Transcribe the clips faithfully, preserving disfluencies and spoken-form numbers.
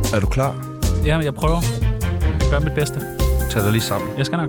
Er du klar? Ja, jeg prøver. Jeg gør mit bedste. Tag dig lige sammen. Jeg skal nok.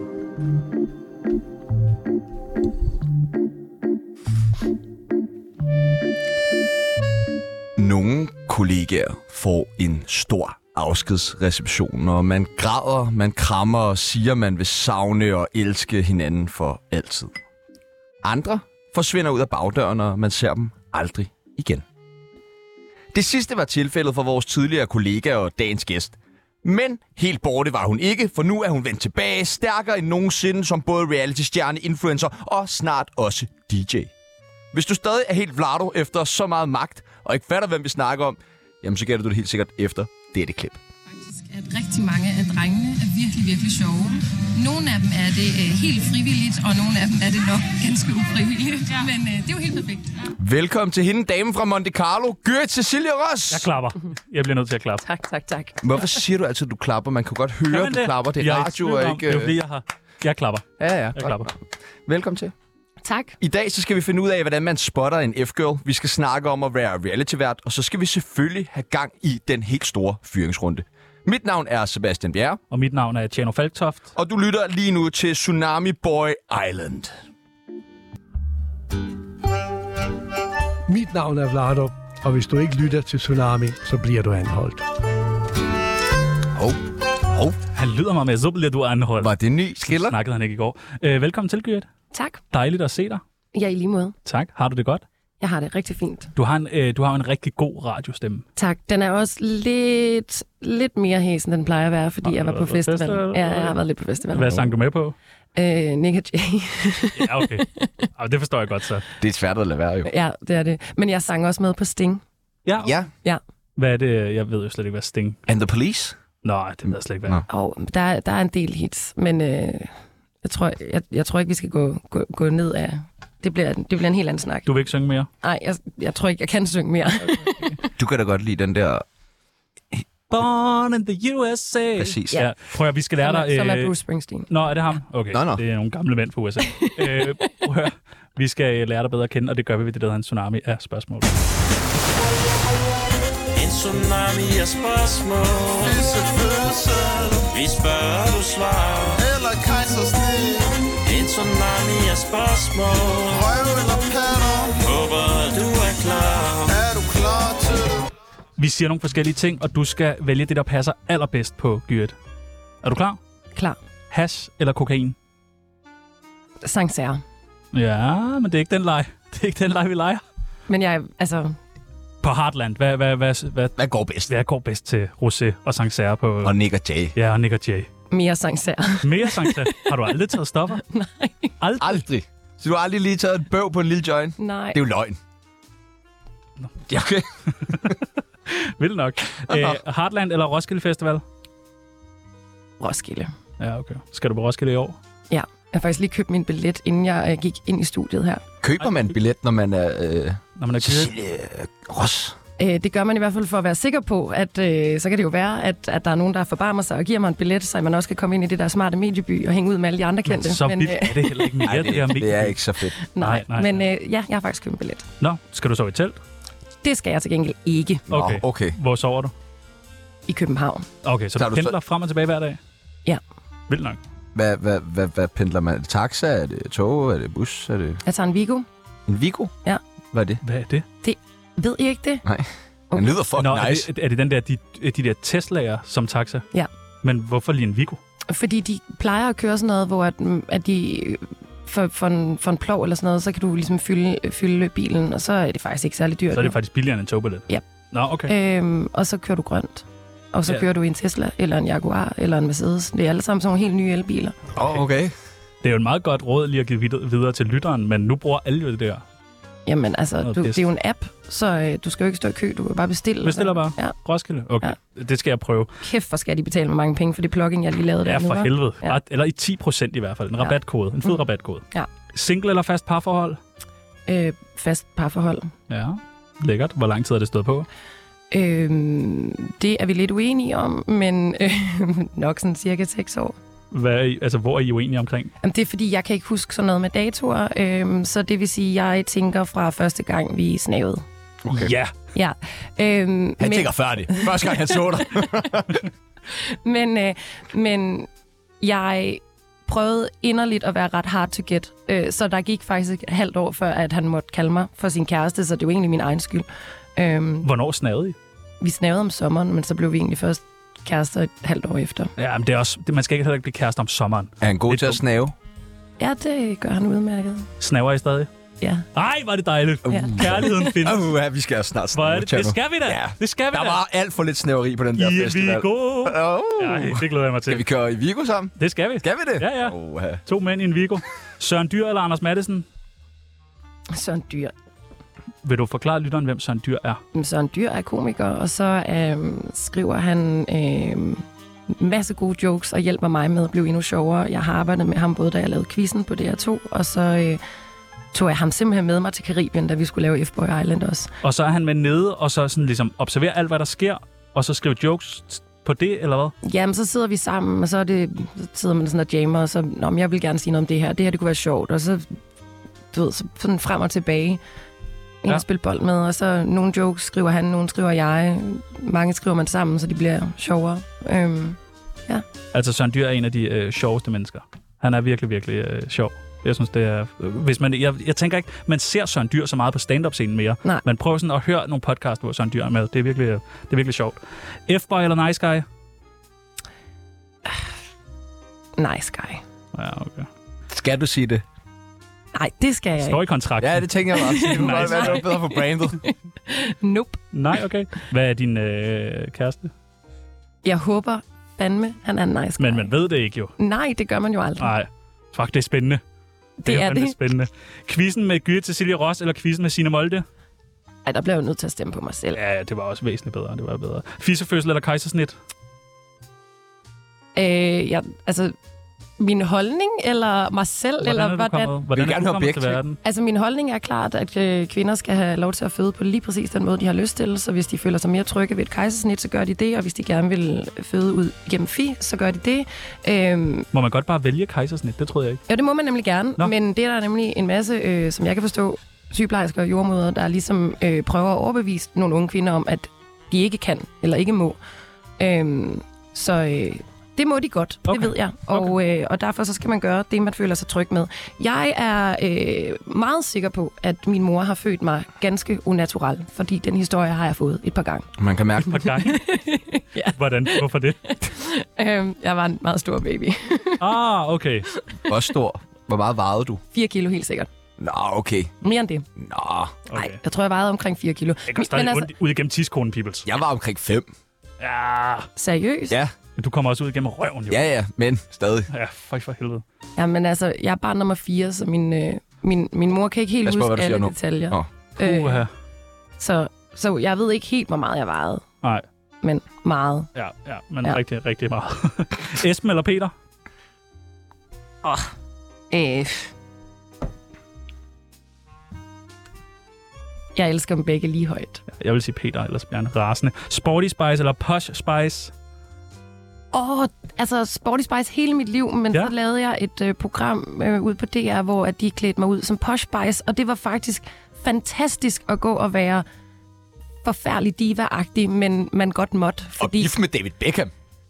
Nogle kollegaer får en stor afskedsreception, og man græder, man krammer og siger, man vil savne og elske hinanden for altid. Andre forsvinder ud af bagdøren, og man ser dem aldrig igen. Det sidste var tilfældet for vores tidligere kollega og dagens gæst. Men helt borte var hun ikke, for nu er hun vendt tilbage, stærkere end nogensinde som både reality-stjerne, influencer og snart også D J. Hvis du stadig er helt vlado efter så meget magt, og ikke fatter, hvem vi snakker om, jamen så gætter du det helt sikkert efter dette klip. Faktisk at rigtig mange af drengene er virkelig, virkelig sjove. Nogle af dem er det øh, helt frivilligt, og nogle af dem er det nok ganske ufrivilligt. Ja. Men øh, det er jo helt perfekt. Velkommen til hende, damen fra Monte Carlo, Gyrit Cecilie Ross. Jeg klapper. Jeg bliver nødt til at klappe. Tak, tak, tak. Hvorfor siger du altid, at du klapper? Man kan godt høre, at du klapper. Det er radio og ikke... Det er fordi, jeg har... Jeg klapper. Ja, ja. Jeg klapper. Velkommen til. Tak. I dag så skal vi finde ud af, hvordan man spotter en F-girl. Vi skal snakke om at være reality-vært, og så skal vi selvfølgelig have gang i den helt store fyringsrunde. Mit navn er Sebastian Bjerre. Og mit navn er Tjano Falktoft. Og du lytter lige nu til Tsunami Boy Island. Mit navn er Vlado, og hvis du ikke lytter til Tsunami, så bliver du anholdt. Hov, hov. Han lyder mig med, så bliver du anholdt. Var det ny skiller? Snakkede han ikke i går. Øh, velkommen til, Gyrit. Tak. Dejligt at se dig. Ja, i lige måde. Tak. Har du det godt? Jeg har det rigtig fint. Du har en, øh, du har en rigtig god radiostemme. Tak. Den er også lidt, lidt mere hæs, end den plejer at være, fordi Har jeg var du på været på festival. festival? Ja, jeg har været lidt på festival. Hvad sang du med på? Øh, Nick og Jay. Ja, okay. Ah, det forstår jeg godt, så. Det er svært at lade være, jo. Ja, det er det. Men jeg sang også med på Sting. Ja. Ja. Ja. Hvad er det? Jeg ved jo slet ikke, hvad Sting. And the Police? Nej, det ved jeg slet ikke, hvad. Nå. Og der, der er en del hits, men øh, jeg, tror, jeg, jeg tror ikke, vi skal gå, gå, gå ned af... Det bliver, det bliver en helt anden snak. Du vil ikke synge mere? Nej, jeg, jeg tror ikke, jeg kan synge mere. Du kan da godt lide den der... Born in the U S A. Præcis. Ja. Prøv at vi skal lære Som er, dig... som er øh, Bruce Springsteen. Nå, er det ham? Okay, Nå, nå. det er nogle gamle mænd fra U S A. øh, prøv at høre. Vi skal lære dig bedre at kende, og det gør vi ved det, der hedder en tsunami af spørgsmål. En tsunami af spørgsmål. Vi spørger, du svarer. Eller kejsersnit. En tsunami af spørgsmål. Røv eller patter. Håber, du er klar. Er du klar til det? Vi siger nogle forskellige ting, og du skal vælge det, der passer allerbedst på Gyrit. Er du klar? Klar. Hash eller kokain? Sancerre. Ja, men det er ikke den leg. Det er ikke den leg, vi leger. Men jeg, altså... På Heartland, hvad, hvad, hvad, hvad, Hvad går bedst? hvad går bedst til Rosé og Sancerre på... Og Nick og Jay. Ja, og Nick og Jay. Mere Sancerre. Mere Sancerre. Har du aldrig taget stoffer? Nej. Aldrig? Aldrig. Så du har aldrig lige taget et bøv på en lille joint? Nej. Det er jo løgn. Nå. Ja, okay. Vil nok. Æ, Heartland eller Roskilde Festival? Roskilde. Ja, okay. Skal du på Roskilde i år? Ja. Jeg har faktisk lige købt min billet, inden jeg øh, gik ind i studiet her. Køber man billet, når man er... Øh, Når man er Cecilie Ross? Øh, det gør man i hvert fald for at være sikker på, at øh, så kan det jo være, at, at der er nogen, der forbarmer sig og giver mig en billet, så man også kan komme ind i det der smarte medieby og hænge ud med alle de andre kendte. Så men, vildt øh, er det heller ikke mere. Nej, det, her det, det er ikke så fedt. nej, nej, men øh, ja, jeg har faktisk købt en billet. Nå, skal du sove i telt? Det skal jeg til gengæld ikke Okay. Nå, okay. Hvor sover du? i København. Okay, så Tager du du så- pendler frem og tilbage hver dag? Ja. Vildt nok. Hvad, hvad, hvad, hvad pendler man? Er det taxa? Er det tog? Er det bus? Er det Jeg tager en Vigo. en Vigo? Ja. Hvad er det? Hvad er det? Ved I ikke det? Nej. Okay. Den lyder fucking Nå, nice. er, det, er det den der, de, de der Tesla'er som taxa? Ja. Men hvorfor lige en Vigo? Fordi de plejer at køre sådan noget, hvor at, mm, at de for, for, en, for en plov eller sådan noget, så kan du ligesom fylde, fylde bilen, og så er det faktisk ikke særlig dyrt. Så er det nu. faktisk billigere end en togbillet? Ja. Nå, okay. Øhm, og så kører du grønt. Og så Ja. ja. kører du i en Tesla, eller en Jaguar, eller en Mercedes. Det er alle sammen sådan nogle helt nye elbiler. Åh, oh, okay. Det er jo et meget godt råd lige at give vid- videre til lytteren, men nu bruger alle jo det der. Jamen altså, Noget du, pis. det er jo en app, så øh, du skal jo ikke stå i kø, du kan bare bestille. Bestiller bare? Ja. Roskilde? Okay, ja. Det skal jeg prøve. Kæft, hvor skal de betale mig mange penge for det plugin, jeg lige lavede Ja, der nu, for hva'? helvede. Ja. Ja. Eller i ti procent i hvert fald. En Ja. rabatkode. En fed Mm. rabatkode. Ja. Single eller fast parforhold? Øh, fast parforhold. Ja, lækkert. Hvor lang tid har det stået på? Øhm, det er vi lidt uenige om, men øh, nok sådan cirka seks år. Hvad er I, altså, hvor er I uenige omkring? Jamen, det er fordi, jeg kan ikke huske sådan noget med datoer, øhm, så det vil sige, at jeg tænker fra første gang, vi snavede. Okay. Ja, Ja. Øhm, Han men, tænker færdig. Første gang, han så dig. men, øh, men jeg prøvede inderligt at være ret hard to get. Øh, så der gik faktisk et halvt år før, at han måtte kalde mig for sin kæreste, så det var egentlig min egen skyld. Øhm, Hvornår snavede I? vi snavede om sommeren, men så blev vi egentlig først kærester et halvt år efter. Ja, men det er også, det, man skal ikke heller ikke blive kærester om sommeren. Er han god Det er til at dumt. snave? Ja, det gør han udmærket. Snaver I stadig? Ja. Ej, var det dejligt. Ja. Kærligheden findes. Uh, ja, vi skal snart Hvor er snave. det? Det skal vi da. Ja. Det skal vi Der da. var alt for lidt snæveri på den der I festival. Vigo. Oh. Ja, det glæder jeg mig til. Skal vi køre i Vigo sammen? Det skal vi. Skal vi det? Ja, ja. Oh, ja. To mænd i en Vigo. Søren Dyr eller Anders Mattesen? Søren Dyr. Vil du forklare lytteren, hvem Søren Dyr er? Søren Dyr er komiker, og så øhm, skriver han øhm, masse gode jokes og hjælper mig med at blive endnu sjovere. Jeg har arbejdet med ham både da jeg lavede quizzen på D R to, og så øh, tog jeg ham simpelthen med mig til Karibien, da vi skulle lave F-Boy Island også. Og så er han med nede, og så sådan ligesom observerer alt, hvad der sker, og så skriver jokes på det, eller hvad? Jamen, så sidder vi sammen, og så, er det, så sidder man sådan og jammer, og så, Nå, men jeg vil gerne sige noget om det her. Det her, det kunne være sjovt, og så, du ved, så sådan frem og tilbage. En Ja. at spille bold med, og så nogle jokes skriver han, nogle skriver jeg. Mange skriver man sammen, så de bliver sjovere. Øhm, Altså, Søren Dyr er en af de øh, sjoveste mennesker. Han er virkelig, virkelig øh, sjov. Jeg synes, det er... Øh, hvis man, jeg, jeg tænker ikke, man ser Søren Dyr så meget på stand-up-scenen mere. Nej. Man prøver sådan at høre nogle podcast, hvor Søren Dyr er med. Det er virkelig, det er virkelig sjovt. F-Boy eller Nice Guy? nice guy. Ja, okay. Skal du sige det? Nej, det skal jeg Står ikke. i kontrakten. Ja, det tænker jeg bare. Det kunne Nice. godt være, det var bedre for brandet. Nope. Nej, okay. Hvad er din øh, kæreste? Jeg håber fandme, han er en nice guy. Men man ved det ikke jo. Nej, det gør man jo aldrig. Nej. Fuck, det er spændende. det er fandme det. spændende. Quizzen med Gyre Cecilie Ross eller quizzen med Signe Molde? Ej, der bliver jeg jo nødt til at stemme på mig selv. Ja, det var også væsentligt bedre. Det var bedre. Fissefødsel eller kejsersnit? Øh, jeg, altså, min holdning, eller mig selv, Hvordan eller er du hvordan? kommet, hvordan Vi vil er gerne du høre kommet begge til ting. verden? Altså, min holdning er klart, at øh, kvinder skal have lov til at føde på lige præcis den måde, de har lyst til. Så hvis de føler sig mere trygge ved et kejsersnit, så gør de det. Og hvis de gerne vil føde ud gennem F I, så gør de det. Øhm, Må man godt bare vælge kejsersnit? Det troede jeg ikke. ja, det må man nemlig gerne. Nå. Men det er der nemlig en masse, øh, som jeg kan forstå, sygeplejersker og jordmødre, der ligesom øh, prøver at overbevise nogle unge kvinder om, at de ikke kan eller ikke må. Øhm, så... Øh, Det må de godt, Okay. det ved jeg. Og, øh, og derfor så skal man gøre det, man føler sig tryg med. Jeg er øh, meget sikker på, at min mor har født mig ganske unnatural, fordi den historie har jeg fået et par gange. Man kan mærke Et par gange? Ja. Hvordan? Hvorfor det? Øh, jeg var en meget stor baby. Ah, okay. hvor stor. Hvor meget vejede du? fire kilo helt sikkert. Nå, okay. Mere end det. Nå, Nej, okay. jeg tror, jeg vejede omkring fire kilo. Det går stadig altså, rundt ud igennem tidskonen, peoples. jeg var omkring fem. Ja. seriøst? Ja, Men du kommer også ud igennem røven, jo. ja, ja, men stadig. Ja, fuck for helvede. Ja, men altså, jeg er barn nummer fire, så min, øh, min, min mor kan ikke helt Pas på, huske hvad du alle siger nu. detaljer. Nå. Uha. så, så jeg ved ikke helt, hvor meget jeg vejede, Nej. men meget. Ja, ja, men Ja. ja. rigtig, rigtig meget. Esben eller Peter? Øh. Jeg elsker dem begge lige højt. Jeg vil sige Peter, ellers bliver han rasende. Sporty Spice eller Posh Spice? Åh, oh, altså Sporty Spice hele mit liv, men Ja. ja. så lavede jeg et øh, program øh, ud på D R, hvor at de klædte mig ud som Posh Spice, og det var faktisk fantastisk at gå og være forfærdelig diva-agtig, men man godt måtte, Og fordi... gift med David Beckham.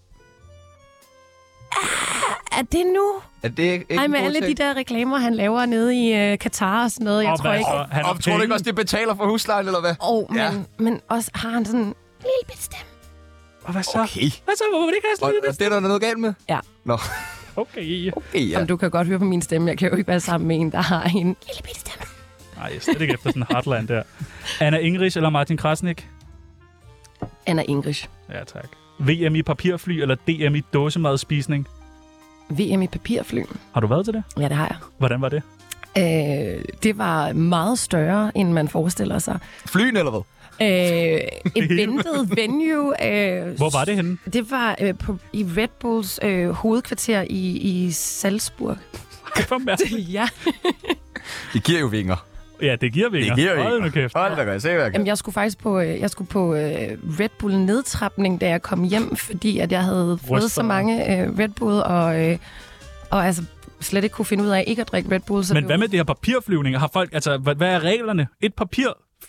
Er det nu? Er det ikke Ej, en med god alle de ting? der reklamer, han laver nede i øh, Katar og sådan noget, jeg Og tror hvad ikke... så? Han har Og tror du penge. ikke også, det betaler for huslejen, eller hvad? Åh, oh, men, Ja. ja. men også har han sådan en lille bitte stemme. Og hvad så? Okay. Hvad så? Hvorfor det ikke Og, have og det er der noget galt med? Ja. Nå, Okay. okay, ja. Jamen, du kan godt høre på min stemme, jeg kan jo ikke være sammen med en, der har en lille bitte stemme. Nej, jeg er slet ikke efter sådan en hardline der. Anna Ingrich eller Martin Krasnik? Anna English. Ja, tak. V M i papirfly eller D M i dåsemadspisning? V M i papirfly. Har du været til det? Ja, det har jeg. Hvordan var det? Øh, det var meget større, end man forestiller sig. Flyen, eller hvad? Øh, et ventet venue. Øh, Hvor var det henne? Det var øh, på, i Red Bulls øh, hovedkvarter i, i Salzburg. For mærkeligt. Ja. Det giver jo vinger. Ja, det giver vinger. Det giver Hold nu vinger. kæft. Hold da, kan jeg se, hvad jeg kan. Jamen, jeg skulle faktisk på, øh, jeg skulle på øh, Red Bull nedtrapning, da jeg kom hjem, fordi at jeg havde fået Ryster. så mange øh, Red Bull, og, øh, og altså slet ikke kunne finde ud af ikke at drikke Red Bull. Så Men det hvad var- med det her papirflyvninger? Har folk, altså, hvad, hvad er reglerne? Et papir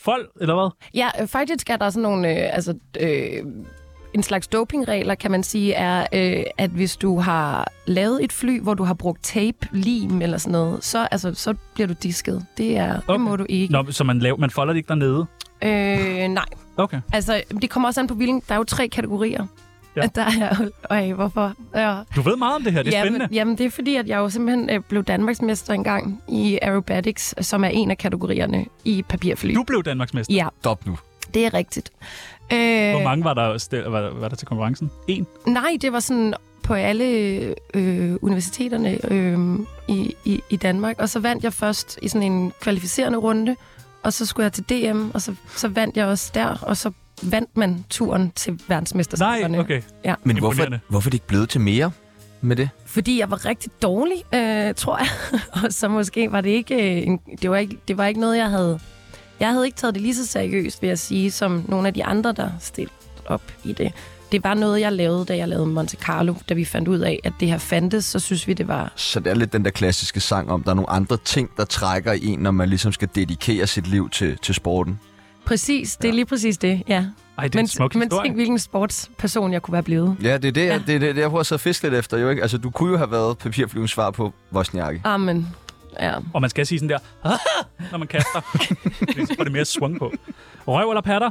fold, eller hvad? Ja, øh, faktisk er der sådan nogle, øh, altså, øh, en slags dopingregler, kan man sige, er, øh, at hvis du har lavet et fly, hvor du har brugt tape, lim eller sådan noget, så, altså, så bliver du disket. Det, er, okay. Det må du ikke. Nå, så man, laver, man folder det ikke dernede? Øh, nej. Okay. Altså, det kommer også an på hvilken. Der er jo tre kategorier. Ja. Der er, øj, hvorfor? Ja. Du ved meget om det her, det er jamen, spændende. Jamen, det er fordi, at jeg jo simpelthen øh, blev Danmarksmester engang i aerobatics, som er en af kategorierne i papirfly. Du blev Danmarksmester? Ja. Stop nu. Det er rigtigt. Øh, Hvor mange var der, stil- var, der, var der til konkurrencen? En? Nej, det var sådan på alle øh, universiteterne øh, i, i, i Danmark. Og så vandt jeg først i sådan en kvalificerende runde, og så skulle jeg til D M, og så, så vandt jeg også der, og så vandt man turen til verdensmesterskaberne. Nej, okay. Ja. Men hvorfor, hvorfor er det ikke blevet til mere med det? Fordi jeg var rigtig dårlig, øh, tror jeg. Og så måske var det ikke, øh, en, det, var ikke... Det var ikke noget, jeg havde... Jeg havde ikke taget det lige så seriøst, vil jeg sige, som nogle af de andre, der stillede op i det. Det var noget, jeg lavede, da jeg lavede Monte Carlo, da vi fandt ud af, at det her fandtes, så synes vi, det var... Så det er lidt den der klassiske sang om, der er nogle andre ting, der trækker i en, når man ligesom skal dedikere sit liv til, til sporten. Præcis, det er lige præcis det, ja. Ej, det er men, en smuk men historie. tænk, hvilken sportsperson jeg kunne være blevet. Ja, det er det, Ja. ja. det, er det, det jeg prøver at sidde og fiske lidt efter. Jo, ikke? Altså, du kunne jo have været papirflyvens svar på Wozniacki. Amen. Ja. Og man skal sige sådan der, når man kaster. Så får det mere swung på. Røv eller patter?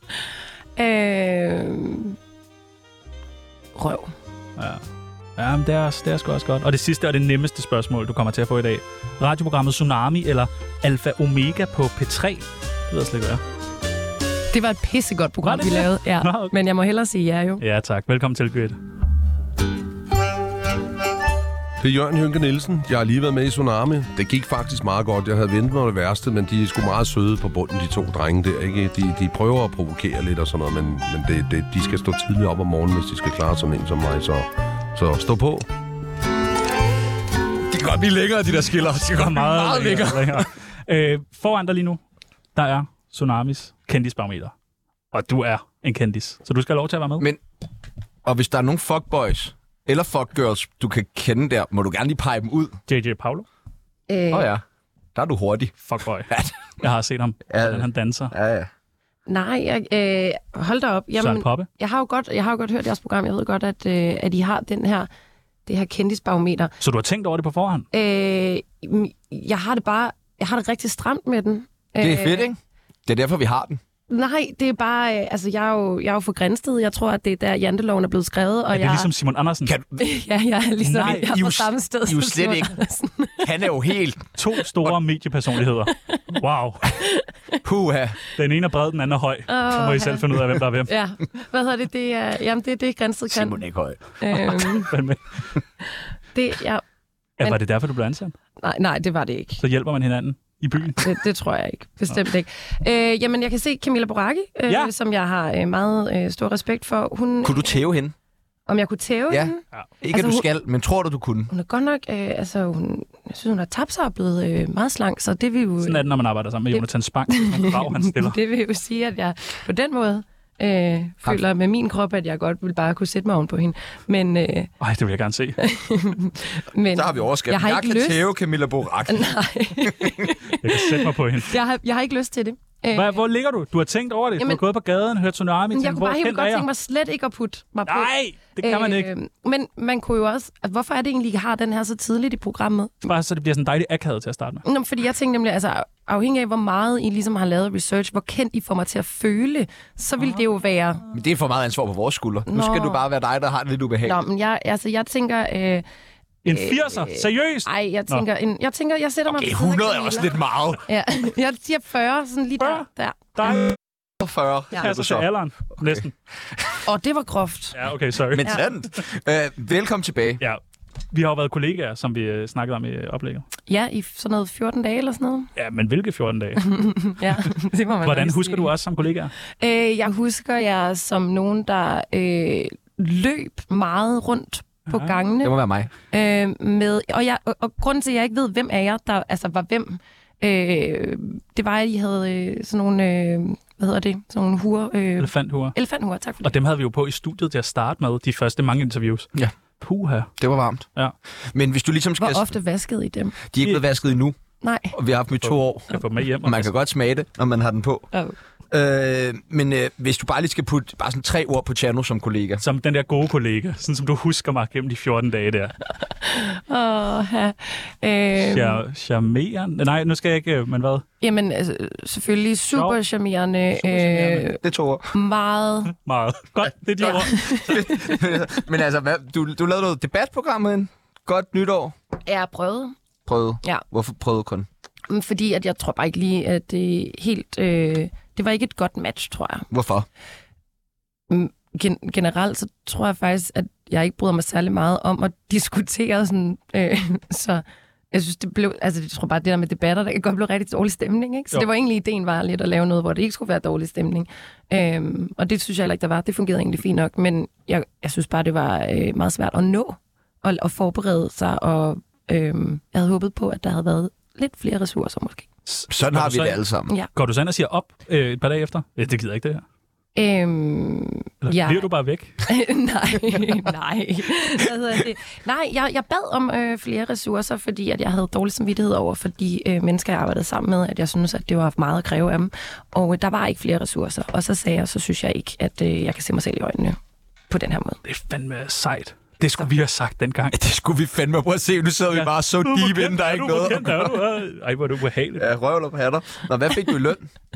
Øh... Røv. Ja, ja men det er, det er sgu også godt. Og det sidste og det nemmeste spørgsmål, du kommer til at få i dag. Radioprogrammet Tsunami eller Alfa Omega på P tre? Det ved jeg slet ikke, hvad er. Det var et pissegodt program, det vi det? lavede. Ja. Nå, okay. Men jeg må hellere sige ja, jo. Ja, tak. Velkommen til Gødt. Det er Jørgen Hynke Nielsen. Jeg har lige været med i Tsunami. Det gik faktisk meget godt. Jeg havde ventet mig det værste, men de er sgu meget søde på bunden, de to drenge der. Ikke? De, de prøver at provokere lidt og sådan noget, men, men det, det, de skal stå tidligt op om morgenen, hvis de skal klare sådan en som mig. Så, så stå på. De kan godt blive længere, de der skiller. De kan godt meget, meget længere. længere. længere. øh, foran dig lige nu, der er Tsunamis kendisbarometer. Og du er en kendis, så du skal have lov til at være med. Men, og hvis der er nogle fuckboys eller fuckgirls, du kan kende der, må du gerne lige pege dem ud. J J Paolo. Åh Øh, oh, ja, der er du hurtig. Fuckboy. Jeg har set ham, Ja. hvordan han danser. Ja, ja. nej, jeg, øh, hold da op. Søren Poppe. jeg har jo godt, jeg har jo godt hørt jeres program. Jeg ved godt, at, øh, at I har den her, det her kendisbarometer. Så du har tænkt over det på forhånd? Øh, jeg har det bare, jeg har det rigtig stramt med den. Det er fedt, ikke? Det er derfor, vi har den. Nej, det er bare... øh, Altså, jeg er jo, jeg er jo for Grænsted. Jeg tror, at det er der, janteloven er blevet skrevet. Og Er det jeg, ligesom Simon Andersen? Kan, ja, jeg er ligesom Nej, jeg er I er på jo- samme sted. I er jo som slet Simon ikke- Andersen. han er jo helt... To store mediepersonligheder. Wow. Puha. Den ene er bred, den anden er høj. Så må I selv finde ud af, hvem der er hvem. Ja, hvad hedder det? Det er, jamen, det er det, Grænsted kan. Simon er ikke høj. Øhm, Fandme. det, ja, Ja, var det derfor, du blev ansat? nej, nej, det var det ikke. Så hjælper man hinanden i byen. Det, det tror jeg ikke. Bestemt ikke. Øh, jamen, jeg kan se Camilla Boracchi, øh, Ja. som jeg har øh, meget øh, stor respekt for. Hun, Kunne du tæve hende? Om jeg kunne tæve Ja. hende? Ikke, Altså, at du hun- skal, men tror du, du kunne? Hun er godt nok... Øh, altså, hun, jeg synes, hun har tabt sig og blevet øh, meget slank, så det vil jo... Sådan er det, når man arbejder sammen med Det- Jonathan Spang. Nogle krav, han stiller. Det vil jo sige, at jeg på den måde øh, føler med min krop, at jeg godt vil bare kunne sætte mig oven på hende. Men, øh, Ej, det vil jeg gerne se. men Der har vi overskrift. Jeg har Jeg ikke kan lyst. tæve Camilla Boracchi. nej, Jeg kan sætte mig på hende. jeg har, jeg har ikke lyst til det. Øh, Hvad, hvor ligger du? Du har tænkt over det. Du Jamen- har gået på gaden, hørt Tsunami. men jeg tænkt, kunne bare hvor helt kendt godt er jeg? tænke mig slet ikke at putte mig på. Nej, det kan man ikke. Men man kunne jo også... Altså, hvorfor er det egentlig, at I har den her så tidligt i programmet? Bare så det bliver sådan dejligt akavet til at starte med. Nå, fordi jeg tænkte nemlig, altså afhængig af, hvor meget I ligesom har lavet research, hvor kendt I får mig til at føle, så vil det jo være... Men det er for meget ansvar på vores skuldre. Nu Nå. skal du bare være dig, der har det lidt ubehageligt. Nå, men jeg, altså, jeg tænker... Øh, En firser? Seriøst? ej, jeg tænker, en, jeg tænker, jeg sætter mig... Okay, ved siden af hundrede er Camilla. også lidt meget. Ja, jeg siger fyrre, sådan lige der. der. Der fyrre. Ja. passer til alderen. Næsten. Og det var groft. Ja, okay, sorry. Men sandt. Øh, velkommen tilbage. Ja. Vi har jo været kollegaer, som vi øh, snakkede om i øh, oplægget. Ja, i sådan noget fjorten dage eller sådan noget. Ja, men hvilke fjorten dage? Ja, det må man Hvordan nok husker sige. du os som kollegaer? Øh, jeg husker jer som nogen, der øh, løb meget rundt på Aha. gangene. Det må være mig. Øh, med, og, jeg, og, og grunden til, at jeg ikke ved, hvem af jer, der altså var hvem, øh, det var, at I havde øh, sådan nogle, øh, hvad hedder det, sådan nogle huer. Øh, Elefanthuer. elefanthuer, tak for det. Og dem havde vi jo på i studiet til at starte med, de første mange interviews. Ja. Puha. Det var varmt. Ja. Men hvis du ligesom skal... Hvor ofte vaskede I dem? De er ikke blevet vasket endnu. Nej. Og vi har haft dem i to år. Jeg får dem med hjem. Og man kan godt smage det, når man har den på. Oh. Øh, men øh, hvis du bare lige skal putte bare sådan tre ord på Tjerno som kollega. Som den der gode kollega, sådan som du husker mig gennem de fjorten dage der. Åh, ja. Øhm, Char- charmerende? Nej, nu skal jeg ikke, men hvad? Jamen, altså, selvfølgelig super charmerende. Super charmerende. Øh, Det er to ord. meget. Meget. Godt, det er de ord. Men altså, hvad, du, du lavede noget debatprogram med en godt nytår. Jeg prøvet. Prøvede? Ja. Hvorfor prøvede kun? Fordi at jeg tror bare ikke lige, at det helt... Øh, det var ikke et godt match, tror jeg. Hvorfor? Gen- generelt så tror jeg faktisk, at jeg ikke bryder mig særlig meget om at diskutere sådan... Øh, så jeg synes, det blev... Altså, jeg tror bare, det der med debatter, der kan godt blive rigtig dårlig stemning, ikke? Så jo. Det var egentlig ideen var lidt at lave noget, hvor det ikke skulle være dårlig stemning. Øhm, og det synes jeg heller ikke, der var. Det fungerede egentlig fint nok, men jeg, jeg synes bare, det var øh, meget svært at nå og at forberede sig, og øh, jeg havde håbet på, at der havde været lidt flere ressourcer måske. Sådan har vi det alle sammen. Ja. Går du så ind og siger op øh, et par dage efter? Ja, det gider ikke det her. Øhm, Eller ja. bliver du bare væk? nej, nej. Hvad hedder det? Nej, jeg, jeg bad om øh, flere ressourcer, fordi at jeg havde dårlig samvittighed over for de øh, mennesker, jeg arbejdede sammen med, at jeg synes, at det var meget at kræve af dem. Og øh, der var ikke flere ressourcer. Og så sagde jeg, så synes jeg ikke, at øh, jeg kan se mig selv i øjnene på den her måde. Det er fandme sejt. Det skulle vi have sagt dengang. Det skulle vi fandme. Prøv at se, nu sidder ja. vi bare så deep inden, der er ikke noget. Kendt, er Ej, hvor er du ubehageligt. Ja, røvler på hatter. Nå, hvad fik du i løn?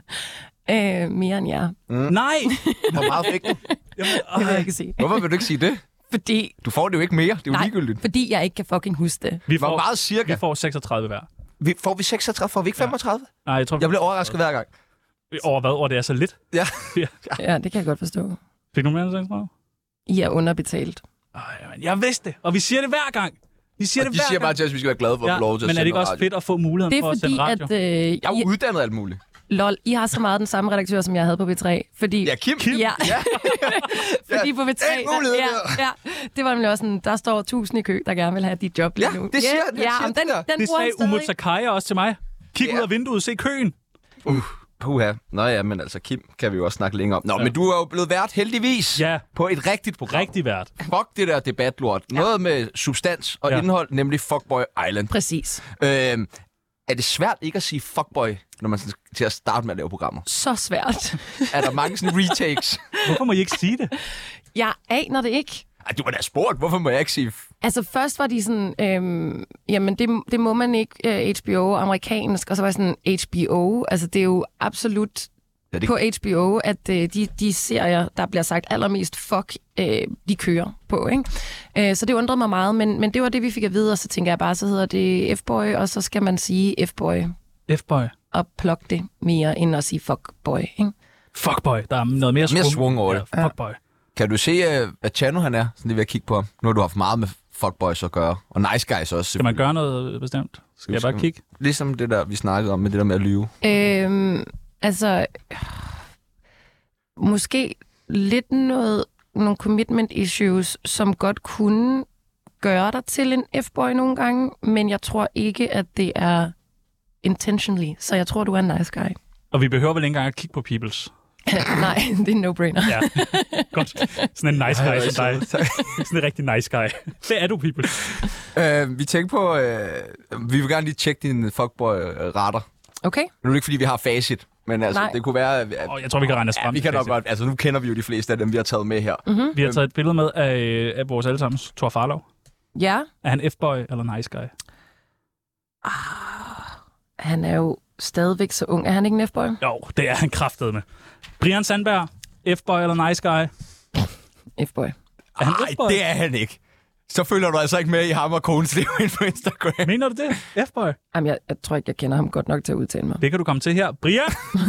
Øh, mere end jer. Mm. Nej! Hvor meget fik du? Jamen, det vil jeg ikke sige. Hvorfor vil du ikke sige det? Fordi... Du får det jo ikke mere. Det er jo nej, ligegyldigt. Fordi jeg ikke kan fucking huske det. Vi får, Hvor meget cirka? Vi får seksogtredive hver. Vi, får vi seksogtredive? Får vi ikke femogtredive? Ja. Nej, jeg tror... Jeg bliver overrasket hver gang. Over hvad? Over det er så lidt? Ja. ja. Ja, det kan jeg godt forstå. Fik du mere end seksogtredive? I er underbetalt. Ej, men jeg vidste det, og vi siger det hver gang. Vi siger og det de hver siger gang. bare til os, at vi skal være glade for ja, at få lov til at men er det ikke også radio. fedt at få muligheden for at sende radio? Det er fordi, at... Øh, jeg er jo uddannet alt muligt. Lol, I har så meget den samme redaktør, som jeg havde på B tre. Fordi, ja, Kim. Ja, ja. fordi på B tre, der, ja, ja, det var nemlig også sådan, der står tusind i kø, der gerne vil have dit job lige ja, nu. Det siger, ja, det ja, siger den, den, den det sagde Umut Sakai også til mig. Kig yeah. ud af vinduet, se køen. Uh, puha. Nå ja, men altså Kim kan vi jo også snakke længere om. Nå, ja. men du er jo blevet vært heldigvis ja. på et rigtigt program. Rigtig vært. Fuck det der debatlort. Ja. Noget med substans og ja. indhold, nemlig Fuckboy Island. Præcis. Øhm, er det svært ikke at sige fuckboy, når man skal til at starte med at lave programmer? Så svært. Er der mange sådan retakes? Hvorfor må I ikke sige det? Jeg aner det ikke. Ej, du var da spurgt. Hvorfor må jeg ikke sige... Altså først var de sådan, øhm, jamen det, det må man ikke, øh, H B O, amerikansk, og så var jeg sådan, H B O, altså det er jo absolut ja, det... på H B O, at øh, de, de serier, der bliver sagt allermest fuck, øh, de kører på, ikke? Øh, så det undrede mig meget, men, men det var det, vi fik at vide, og så tænker jeg bare, så hedder det F-boy, og så skal man sige F-boy. F-boy. Og plukke det mere, end at sige fuckboy, ikke? Fuckboy, der er noget mere svung, mere svung over det. Ja, fuckboy. Kan du se, hvad Tjerno han er, sådan det vil jeg kigge på ham? Nu har du haft meget med fuckboys at gøre, og nice guys også. Skal man gøre noget bestemt? Skal jeg bare kigge? Ligesom det der, vi snakkede om, med det der med at lyve. Øhm, altså, måske lidt noget, nogle commitment issues, som godt kunne gøre dig til en F-boy nogle gange, men jeg tror ikke, at det er intentionally, så jeg tror, du er en nice guy. Og vi behøver vel ikke engang at kigge på peoples? Nej, det er en no-brainer. Ja, godt. Sådan en nice guy som dig. Sådan en rigtig nice guy. Hvad er du, people? Uh, vi tænker på... Uh, vi vil gerne lige tjekke dine fuckboy-retter. Okay. Nu er det ikke, fordi vi har facit, men altså, Nej. det kunne være... At, oh, jeg tror, vi kan regne os frem. Ja, vi kan nok godt... Altså, nu kender vi jo de fleste af dem, vi har taget med her. Mm-hmm. Vi har taget et billede med af, af vores allesammens Thor Farlov. Ja. Er han F-boy eller nice guy? Ah, han er jo stadigvæk så ung. Er han ikke en F-boy? Jo, det er han kraftedeme. Brian Sandberg, F-boy eller nice guy? F-boy. Er han Ej, F-boy? det er han ikke. Så følger du altså ikke med i ham og kones liv ind på Instagram. Mener du det? F-boy? Jamen, jeg, jeg tror ikke, jeg kender ham godt nok til at udtale mig. Det kan du komme til her. Brian!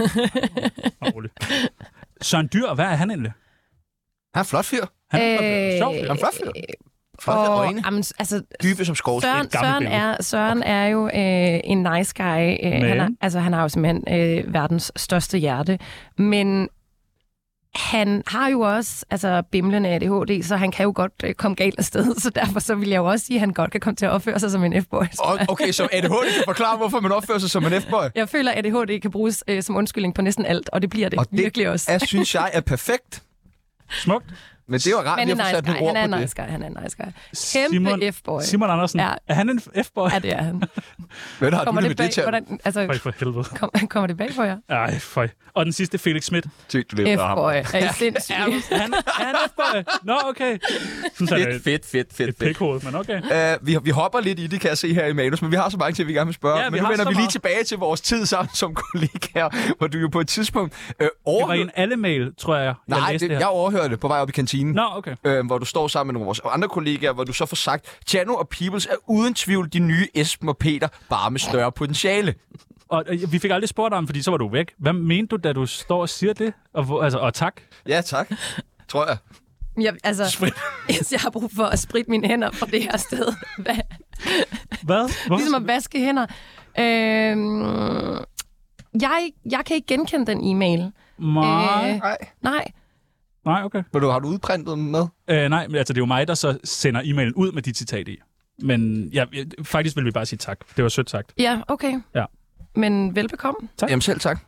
Søren Dyr, hvad er han egentlig? Han er flot fyr. Han er øh, sjov. Han er flot fyr. Flot og, øjne. Jamen, altså, dybe som skovsten. Søren, Søren, er, Søren okay. er jo øh, en nice guy. Øh, han, er, altså, han har jo simpelthen øh, verdens største hjerte. Men han har jo også altså, bimlende A D H D, så han kan jo godt øh, komme galt afsted. Så derfor så vil jeg jo også sige, at han godt kan komme til at opføre sig som en F-boy. Okay, så A D H D kan forklare, hvorfor man opfører sig som en F-boy? Jeg føler, at A D H D kan bruges øh, som undskyldning på næsten alt, og det bliver det, og det virkelig også. Og det synes jeg er perfekt. Smukt. Men det var rart, Men at en jeg får nice sat guy. nogle ord Han på er en det. nice guy. Han er en nice guy. Kæmpe Simon, F-boy. Simon Andersen. Ja. Er han en F-boy? Ja, det er han. Hvad har Kommer du det med bag, det til? hvordan, altså, Føj for helvede. kom, kommer det bag for jer? Ej, føj. Og den sidste, Felix Schmidt. Tyk, du lever ham. F-boy. Er I sindssyge? Er han, er han F-boy? Nå, okay. Sådan så er det Fedt, fedt, fedt, et fedt. fedt. pikhoved, men okay. Uh, vi, vi hopper lidt i det, kan jeg se her i manus, men vi har så mange ting, vi gerne vil spørge. Ja, Ja, vi men nu har vender så vi lige meget. tilbage til vores tid sammen som kollegaer, hvor du jo på et tidspunkt uh, Det var overhørte... en alle-mail, tror jeg, jeg Nej, læste det, det her. jeg overhørte det på vej op i kantinen. Nå, okay. Øh, hvor du står sammen med nogle af vores andre kollegaer, hvor du så får sagt, Tjano og Peoples er uden tvivl de nye Esben og Peter, bare med større potentiale. Og øh, vi fik aldrig spurgt om, fordi så var du væk. Hvad mente du, da du står og siger det? Og, hvor- altså, og tak. Ja, tak. Tror jeg. Jeg, altså, jeg har brug for at spritte mine hænder fra det her sted. Hvad? Hvad? Hvorfor? Ligesom at vaske hænder. Øhm, jeg, jeg kan ikke genkende den e-mail. Nej. Øh, Nej. nej. Nej, okay. Men du har du udprintet den med? Øh, nej, men altså, det er jo mig, der så sender e-mailen ud med dit citat i. Men ja, jeg- faktisk vil vi bare sige tak. Det var sødt sagt. Ja, okay. Ja. Men velbekomme. Tak. Jamen selv tak.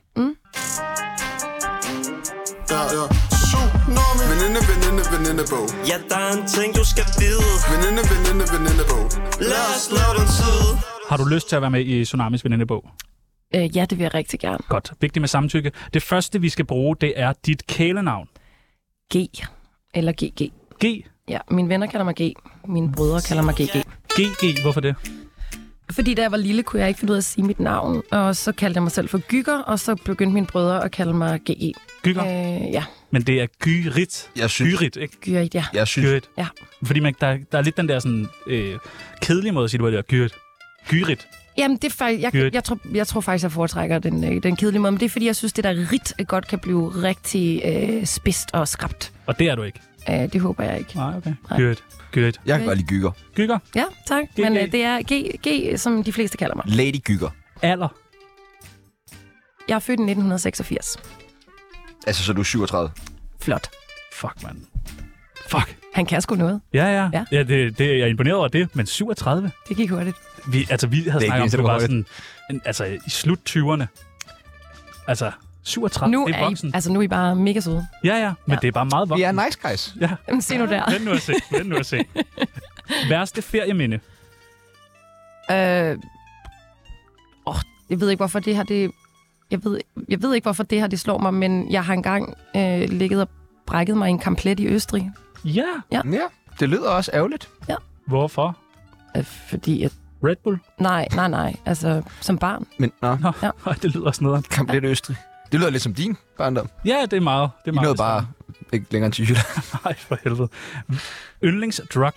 Ja, ja. Tsunami. Veninde, veninde, venindebog. Ja, der er en ting, du skal vide. Veninde, veninde, venindebog. Lad os lave den tid. Har du lyst til at være med i Tsunamis venindebog? Øh, ja, det vil jeg rigtig gerne. Godt. Vigtigt med samtykke. Det første, vi skal bruge, det er dit kælenavn. G. Eller G G. G. Ja, mine venner kalder mig G. Mine brødre kalder mig G G. G G. Hvorfor det? Fordi da jeg var lille, kunne jeg ikke finde ud af at sige mit navn. Og så kaldte jeg mig selv for Gygger, og så begyndte mine brødre at kalde mig G E. Gygger. Øh, ja, Men det er Gyrit. Jeg synes, Gyrit, ikke? Gyrit, ja. jeg synes, Gyrit. Ja. Fordi man, der, der er lidt den der sådan, øh, kedelige måde at sige det, hvor det er Gyrit. Gyrit. Jamen, det er faktisk, jeg, Gyrit. jeg, tror, jeg tror faktisk, jeg foretrækker den, øh, den kedelige måde. Men det er, fordi jeg synes, det der rit godt kan blive rigtig øh, spidst og skrabt. Og det er du ikke. Øh, det håber jeg ikke. Nej, okay. Nej. Gyrit. Gyrit. jeg kan godt lide Gygger. Gygger. Ja, tak. G G. Men øh, det er G, G, som de fleste kalder mig. Lady Gygger. Alder. Jeg er født i nitten seksogfirs. Altså, så du er syvogtredive. Flot. Fuck, mand. Fuck. Han kan sgu noget. Ja, ja. Ja. ja det, det, jeg er imponeret over det, men syvogtredive? Det gik hurtigt. Vi, altså, vi havde ikke snakket om, eneste, at du der var går sådan, en, altså, i slut tyverne. Altså, syvogtredive, Nu det er er, voksen. I, altså, nu er I bare mega søde. Ja, ja, men Ja. det er bare meget voksen. Vi er nice guys. Ja, Jamen, se nu der. vent nu at se. Vent nu at se. Værste ferieminde. Øh, åh, jeg ved ikke, hvorfor det her, det... Jeg ved, jeg ved ikke, hvorfor det her, det slår mig, men jeg har engang øh, ligget og brækket mig i en kamplet i Østrig. Ja. Ja, det lyder også ærgerligt. Hvorfor? Øh, fordi, at, Red Bull? nej, nej, nej, altså som barn. Men, nå, Nå, Ja. ja. det lyder også noget. kamp lidt Østrig. Det lyder lidt som din barndom. Ja, det er meget. Det er I meget nåede det bare ikke længere end til Jylland. samme. Nej, for helvede. Yndlingsdrug.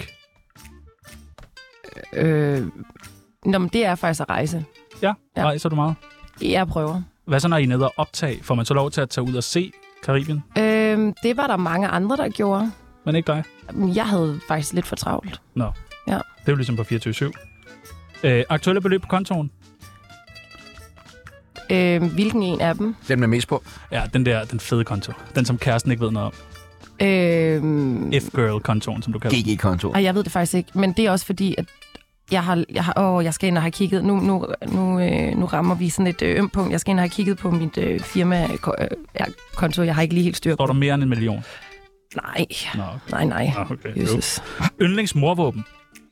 Øh, nå, men det er faktisk at rejse. Ja, Ja. ja. Rejser du meget? Jeg prøver. Hvad så, når I er nede og optage? Får man så lov til at tage ud og se Karibien? Øh, det var der mange andre, der gjorde. Men ikke dig? Jeg havde faktisk lidt for travlt. Nå. Ja. Det er jo ligesom på fireogtyve syv. Øh, aktuelle beløb på kontoen? Øh, hvilken en af dem? Den med mest på. Ja, den der, den fede konto. Den, som kæresten ikke ved noget om. Øh, F-girl-kontoen, som du kalder den. G G-konto. Ej, jeg ved det faktisk ikke, men det er også fordi, at jeg har, jeg har, åh, jeg skal ind og have kigget, nu, nu, nu, øh, nu rammer vi sådan et øh, ømt punkt, jeg skal ind og have kigget på mit øh, firma-konto, jeg har ikke lige helt styr Står på. der mere end en million? Nej, Nå, nej, nej, Nå okay. Jo. Jesus. Yndlingsmorvåben?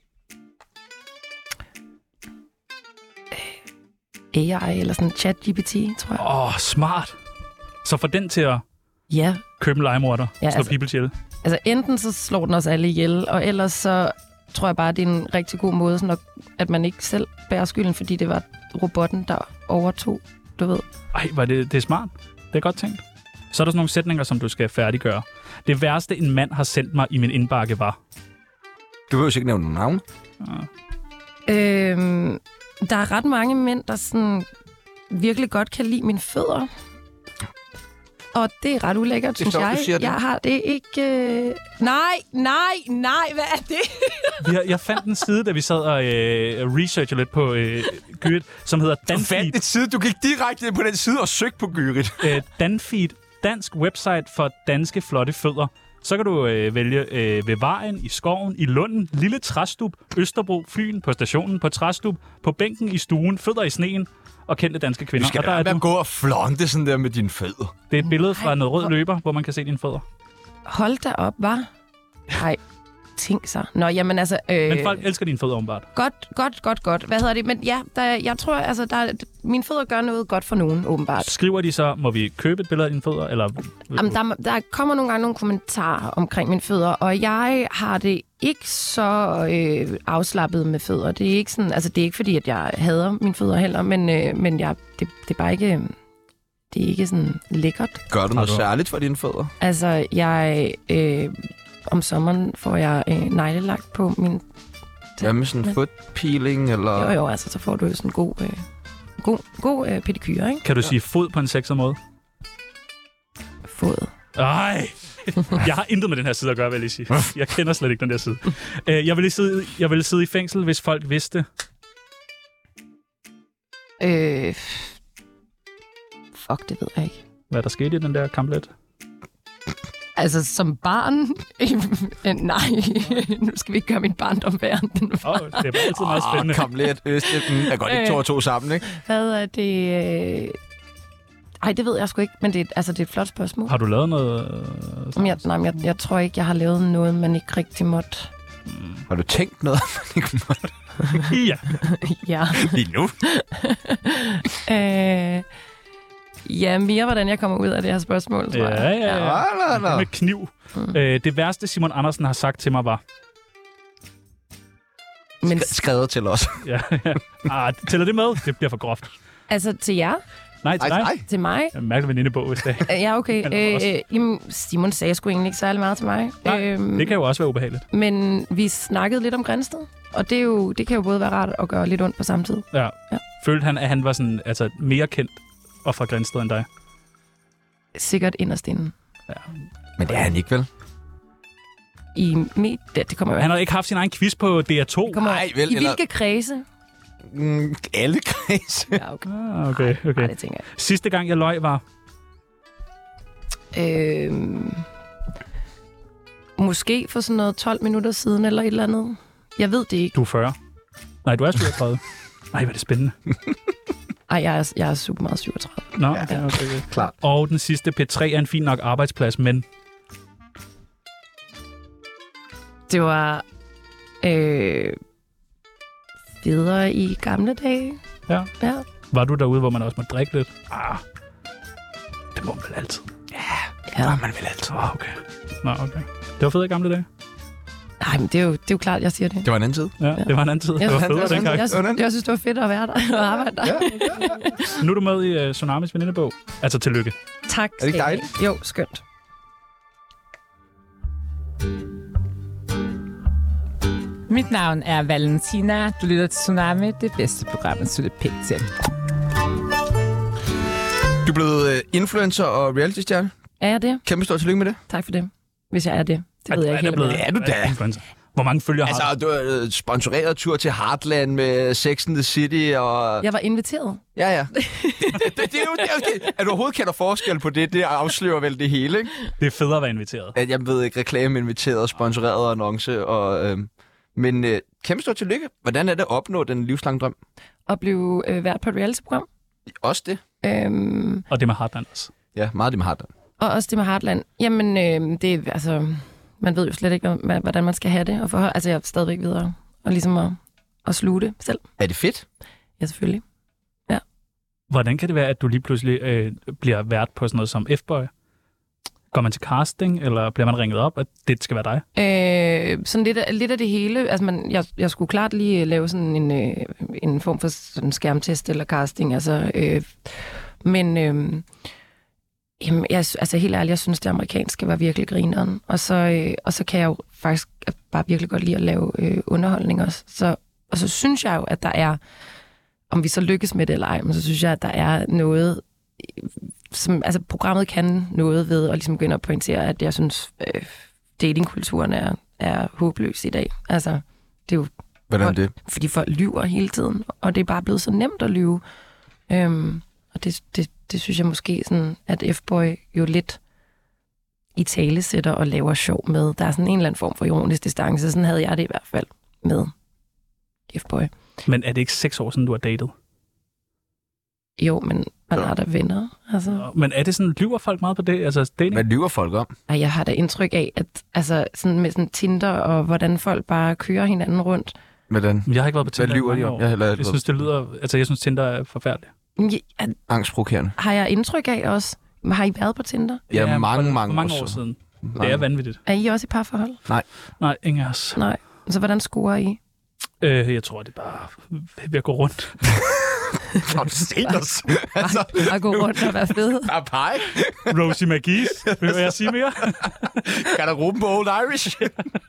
A I eller sådan chat G P T, tror jeg. Åh, oh, smart. Så for den til at Ja, købe en legemorder, Ja, ja, slå altså- people ihjel. altså enten så slår den os alle ihjel, og ellers så tror jeg bare, det er en rigtig god måde, sådan at, at man ikke selv bærer skylden, fordi det var robotten, der overtog, du ved. Ej, var det, det er smart. Det er godt tænkt. Så er der sådan nogle sætninger, som du skal færdiggøre. Det værste, en mand har sendt mig i min indbakke, var... Du vil jo sikkert nævne nogle navne. Øhm, der er ret mange mænd, der sådan virkelig godt kan lide mine fødder. Og det er ret ulækkert, Det er synes sjovt, jeg. du siger det. Jeg har det ikke... Øh... Nej, nej, nej, hvad er det? Jeg, jeg fandt en side, da vi sad og øh, researchede lidt på øh, Gyrit, som hedder Du fandt Danfeed. et side. Du gik direkte ind på den side og søgte på Gyrit. Øh, Danfeed, dansk website for danske flotte fødder. Så kan du øh, vælge øh, ved vejen, i skoven, i lunden, lille træstub, Østerbro, Fyn, på stationen, på træstub, på bænken i stuen, fødder i sneen og kendte danske Du kvinder. skal Og der da er med du, at gå og flonte sådan der med dine fødder. det er et billede fra Ej, noget rød hvor- løber, hvor man kan se dine fødder. Hold da op, var. Ej, tænk sig. Nå, jamen altså... Øh, Men folk elsker dine fødder, åbenbart. Godt, godt, godt, godt. Hvad hedder det? Men ja, der, jeg tror, altså, der, mine fødder gør noget godt for nogen, åbenbart. Skriver de så, må vi købe et billede af dine fødder? Eller... Jamen, der, der kommer nogle gange nogle kommentarer omkring mine fødder, og jeg har det ikke så øh, afslappet med fødder. Det er ikke sådan, altså det er ikke fordi, at jeg hader mine fødder heller, men, øh, men jeg, det, det er bare ikke, det er ikke sådan lækkert. Gør du noget særligt for dine fødder? Altså, jeg, øh, om sommeren får jeg øh, neglelagt på min... Hvad med sådan en foot peeling, eller? Jo, jo, altså, så får du sådan en god, øh, god, god øh, pedikyre, ikke? Kan du sige fod på en sexet måde? Fod. Ej, jeg har intet med den her side at gøre, vil jeg lige sige. Jeg kender slet ikke den der side. Uh, jeg, ville sidde, jeg ville sidde i fængsel, hvis folk vidste. Øh, fuck, det ved jeg ikke. Hvad der skete i den der kamplet? Altså, som barn? Nej, nu skal vi ikke gøre min barndom værre. Åh, oh, det er bare altid meget spændende. Kom lidt østen. Jeg går ikke to og to sammen, ikke? Hvad er det... Ej, det ved jeg sgu ikke, men det er, altså, det er et flot spørgsmål. Har du lavet noget? Øh, jeg, nej, jeg, jeg tror ikke, jeg har lavet noget, man ikke rigtig måtte. Mm. Har du tænkt noget, man ikke måtte? Ja. Ja. Lige nu? øh, ja, mere hvordan jeg kommer ud af det her spørgsmål, tror ja, jeg. Ja, ja, ja. ja. Med kniv. Mm. Øh, det værste, Simon Andersen har sagt til mig, var... Men... Sk- skrevet til os. ja, ja. Ah, tæller det med? Det bliver for groft. Altså, til jer? Nej, til dig. Ej, til mig? Jeg mærker venindebog, hvis det er. Ja, okay. Øh, jamen, Simon sagde sgu egentlig ikke særlig meget til mig. Nej, øhm, det kan jo også være ubehageligt. Men vi snakkede lidt om Grænsted, og det, er jo, det kan jo både være rart og gøre lidt ondt på samme tid. Ja. ja. Følte han, at han var sådan, altså, mere kendt og fra Grænsted end dig? Sikkert inderst inden. Ja. Men det er han ikke, vel? I med, det, det kommer jo... Han har ikke haft sin egen quiz på D R to. Det kommer Nej, vel, I eller... hvilke kredse? Mm, alle kredse. Ja, okay. Ah, okay, okay. Ej, det tænker jeg. Sidste gang, jeg løg, var? Øhm, måske for sådan noget tolv minutter siden, eller et eller andet. Jeg ved det ikke. Du er fyrre. Nej, du er syvogtredive. Nej, hvor er det spændende. Ej, jeg er, jeg er super meget syvogtredive. Nå, okay, okay, okay. Klart. Og den sidste, P tre er en fin nok arbejdsplads, men... Det var... Øh, federe i gamle dage. Ja. ja. Var du derude, hvor man også må drikke lidt? Ah, det må man vel altid. Ja, det ja. må man vel altid. Oh, okay. Nå, okay. Det var fedt i gamle dage. Nej, men det er, jo, det er jo klart, jeg siger det. Det var en anden tid. Ja, ja. det var en anden tid. Jeg, det var fedt, jeg, den jeg, jeg, jeg, jeg synes, det var fedt at være der og arbejde der. Ja, ja, ja. Nu er du med i uh, Tsunamis venindebog. Altså, tillykke. Tak. Er det ikke dejligt? Jo, skønt. Mit navn er Valentina. Du lytter til Tsunami, det bedste program, at slutte pænt til. Du er blevet uh, influencer og reality-stjerne. Er jeg det? Kæmpe stort tillykke med det. Tak for det. Hvis jeg er det. Det er, ved jeg ikke helt. Blevet, er du da? Hvor mange følger altså, har du? Altså, du har sponsoreret tur til Heartland med Sex and the City og... Jeg var inviteret. Ja, ja. det, det, det er jo det er okay. At du overhovedet kender forskel på det, det afslører vel det hele, ikke? Det er federe at være inviteret. At jeg ved ikke, reklame inviteret, sponsoreret annonce og... Øhm, men øh, kæmpe stort tillykke. Hvordan er det at opnå den livslange drøm? At blive øh, vært på et reality-program. Også det. Øhm, og det med Heartland også. Ja, meget det med Heartland. Og også det med Heartland. Jamen, øh, det er altså... Man ved jo slet ikke, hvordan man skal have det. Og for, altså, jeg er stadigvæk videre og ligesom at, at sluge det selv. Er det fedt? Ja, selvfølgelig. Ja. Hvordan kan det være, at du lige pludselig øh, bliver vært på sådan noget som F-boy? Går man til casting, eller bliver man ringet op, at det skal være dig? Øh, sådan lidt af, lidt af det hele. Altså, man, jeg, jeg skulle klart lige lave sådan en, øh, en form for sådan skærmtest eller casting. Altså, øh, men... Øh, Jamen, jeg, altså helt ærligt, jeg synes, det amerikanske var virkelig grineren. Og så, øh, og så kan jeg jo faktisk bare virkelig godt lide at lave øh, underholdning også. Så, og så synes jeg jo, at der er, om vi så lykkes med det eller ej, men så synes jeg, at der er noget, som, altså programmet kan noget ved at ligesom gå ind og pointere, at jeg synes, øh, datingkulturen er, er håbløs i dag. Altså, det er jo... Hvordan det? Fordi folk lyver hele tiden, og det er bare blevet så nemt at lyve. Øhm, og det, det Det synes jeg måske, sådan, at F-boy jo lidt i tale sætter og laver sjov med. Der er sådan en eller anden form for ironisk distance. Sådan havde jeg det i hvert fald med F-boy. Men er det ikke seks år siden, du har datet? Jo, men Man har da venner. Altså. Men er det sådan, lyver folk meget på det? Altså, dating? Hvad lyver folk om? Ej, jeg har da indtryk af, at altså, sådan med sådan Tinder og hvordan folk bare kører hinanden rundt. Hvordan? Jeg har ikke været på Tinder. Hvad lyver de om? Jeg, jeg, jeg synes, det lyder... Altså, jeg synes, Tinder er forfærdeligt. Ja, angstprovokerende. Har jeg indtryk af også? Har I været på Tinder? Ja, ja mange, for, mange, for mange år, år siden. siden. Det er vanvittigt. Er I også i parforhold? Nej. Nej, ingen af os. Nej. Så hvordan scorer I? Øh, jeg tror, det er bare ved at gå rundt. Har du set os? Altså, at gå rundt og være fed. Apai. Rosie McGee's. Vil jeg sige mere? Garderoben på Old Irish.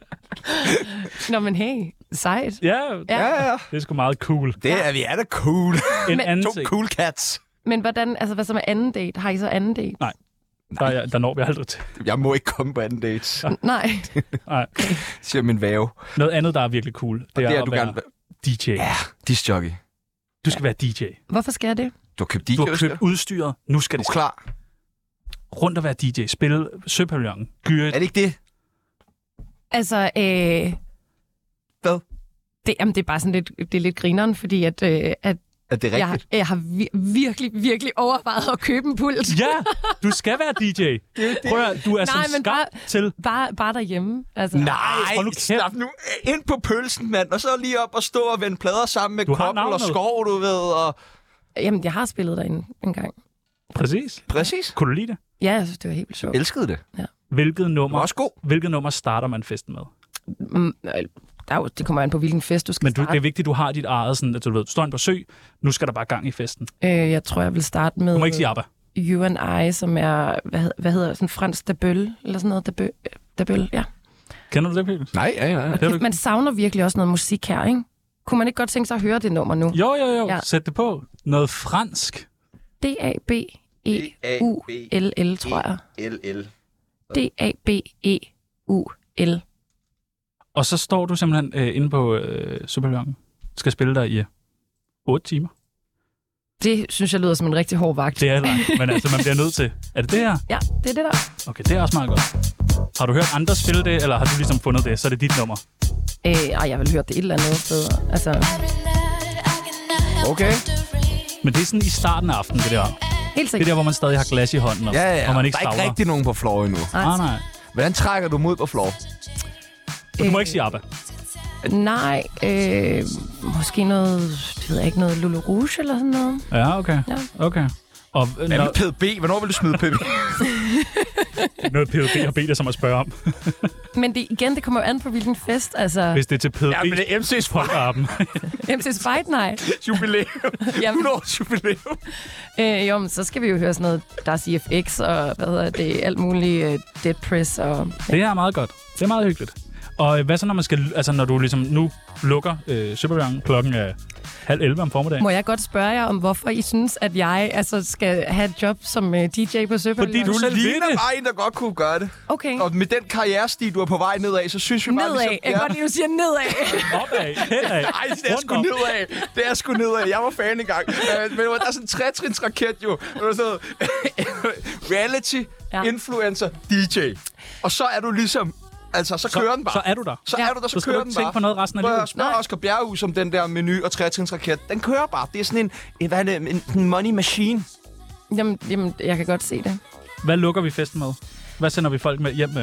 Nå, men hey, sejt. Ja, ja, ja. Det er sgu meget cool. Det er, vi er da cool. En Men, anden to ting. cool cats. Men hvordan, altså hvad så med anden date? Har I så anden date? Nej. Der, der når vi aldrig til. Jeg må ikke komme på anden dates. Ja. Nej. Nej. Siger min væve. Noget andet, der er virkelig cool, det, det er, er at du være gerne... D J. Ja, discjockey. Du skal ja. være D J. Hvorfor skal jeg det? Du har købt D J. Du har købt udstyret. Nu skal du det klar. Rundt at være D J. Spille Søpavillonen. Gyret. Er det ikke det? Altså, øh... Hvad? Det, jamen, det er bare sådan lidt, det er lidt grineren, fordi at, øh, at er det jeg, rigtigt? jeg har vir- virkelig, virkelig overvejet at købe en pult. Ja, du skal være D J. Prøv at, du er Nej, som men skabt bare, til... Bare, bare derhjemme. Altså. Nej, hold nu slap nu ind på pølsen, mand. Og så lige op og stå og vende plader sammen med kobbel og skov, du ved. Og... Jamen, jeg har spillet derinde en gang. Præcis. Præcis. Kunne du lide det? Ja, jeg synes, det var helt sjovt. Elskede det. Ja. Hvilket nummer, også god. Hvilket nummer starter man festen med? Mm, der er jo, det kommer an på, hvilken fest du skal Men du, starte. det er vigtigt, at du har dit eget, sådan, at du ved, du står en på sø, nu skal der bare gang i festen. Øh, jeg tror, jeg vil starte med... Du må ikke sige ABBA. You and I, som er, hvad, hed, hvad hedder sådan fransk dabøl, eller sådan noget, dabøl, dabøl ja. Kender du det, Pibels? Nej, ja, ja. Okay, man savner virkelig også noget musik her, ikke? Kunne man ikke godt tænke sig at høre det nummer nu? Jo, jo, jo. Ja. Sæt det på. Noget fransk. D A B E U L L, tror jeg. L L. D A B E U L. Og så står du simpelthen øh, inde på øh, Superpavillonen. Skal spille der i otte timer. Det synes jeg lyder som en rigtig hård vagt. Det er langt, men altså man bliver nødt til. Er det det her? Ja, det er det der. Okay, det er også meget godt. Har du hørt andre spille det, eller har du ligesom fundet det? Så er det dit nummer. Øh, ej, jeg vil høre det et eller andet sted. Altså... Okay. Men det er sådan i starten af aftenen, det der. Helt sikkert. Det er der, hvor man stadig har glas i hånden, og, Ja, ja, og man ikke der er ikke stavler. rigtig nogen på floor endnu. Nej, nej. Hvordan trækker du mod på floor? Du må ikke sige ABBA. Nej, øh, måske noget, det ved jeg ikke, noget Lulu Rouge eller sådan noget. Ja, okay. Ja. Okay. Og Hvad med P D B? Hvornår vil du smide P D B? noget P D B har bedt dig som at spørge om. Men det, igen, det kommer jo an på, hvilken fest. Altså, Hvis det er til P D B. Ja, men det er M C's folkappen. M C's Fight Night. Jubilæum. hundrede års jubilæum. Øh, jo, men så skal vi jo høre sådan noget, der er C F X og hvad hedder det, alt muligt uh, Dead Press. Og, ja. Det er meget godt. Det er meget hyggeligt. Og hvad så, når man skal, altså når du ligesom nu lukker øh, Superpavillonen klokken er halv elleve om formiddagen? Må jeg godt spørge jer om, hvorfor I synes, at jeg altså, skal have et job som uh, D J på Søpavillonen? Fordi du Du selv ligner vil det. bare en, der godt kunne gøre det. Okay. Og med den karrierestil, du er på vej nedad, så synes vi bare, Nedad. ligesom... Jeg kan godt lide, at du siger nedad. Opad, henad. Nej, det er sgu nedad. Det er sgu nedad. Jeg var fan engang. Uh, men der er sådan en trætrinsraket jo. Det var sådan noget reality, Ja. influencer, D J. Og så er du ligesom... Altså, så, så kører den bare. Så er du der. Så Ja. er du der, så, Så skal kører du den ikke bare. tænke på noget resten af Prøv at livet. spørge Oscar Bjerrehus om den der menu og trætrinsraket. Den kører bare. Det er sådan en, en, hvad er det, en, en money machine. Jamen, jamen, jeg kan godt se det. Hvad lukker vi festen med? Hvad sender vi folk med hjem med?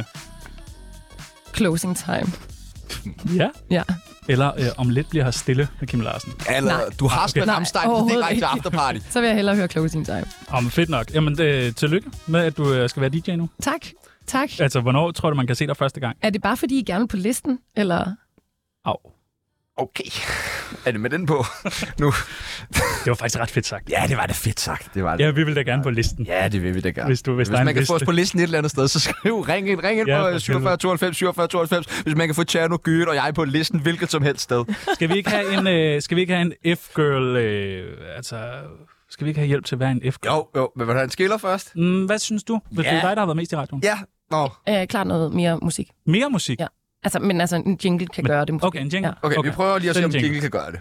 Closing time. Ja. Ja. Eller øh, om lidt bliver her stille med Kim Larsen. Eller, Nej. du har sgu en Nej, Amstein, det er overhovedet direkte ikke. afterparty. Så vil jeg hellere høre closing time. Om fedt nok. Jamen, det, tillykke med, at du øh, skal være D J nu. Tak. Tak. Altså, hvornår tror du, man kan se dig første gang? Er det bare, fordi I er gerne på listen, eller? Au. Okay. Er det med den på? Nu. Det var faktisk ret fedt sagt. Ja, det var da fedt sagt. Det var det. Ja, vi vil da gerne på listen. Ja, det vil vi da gerne. Hvis, du, hvis, Hvis der er man en kan få os liste. på listen et eller andet sted, så skriv, ring ind, ring ind Ja, på for syvogfyrre tooghalvfems, syvogfyrre tooghalvfems, hvis man kan få Tjerno, Gyret og jeg på listen, hvilket som helst sted. Skal vi ikke have en, øh, skal vi ikke have en F-girl, øh, altså... Skal vi ikke have hjælp til at være en F-girl? Jo, jo, men vil du have en skiller først? Mm, hvad synes du? Hvis Ja. det er dig, der har været mest i radioen? Ja. Nå. Øh, klart noget mere musik. Mere musik? Ja. Altså, men altså, en jingle kan Men- gøre det. Måske. Okay, en jingle. Ja. Okay, okay, vi prøver lige at Så se, en om jingle. jingle kan gøre det.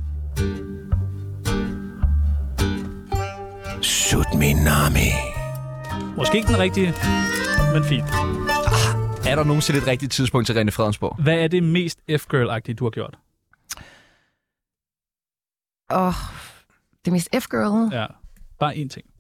Sut min nami. Måske ikke den rigtige, men fint. Er der nogensinde et rigtigt tidspunkt til René Fredensborg? Hvad er det mest F-girl-agtige, du har gjort? Åh, oh, det mest F-girl. Ja. Bare én ting.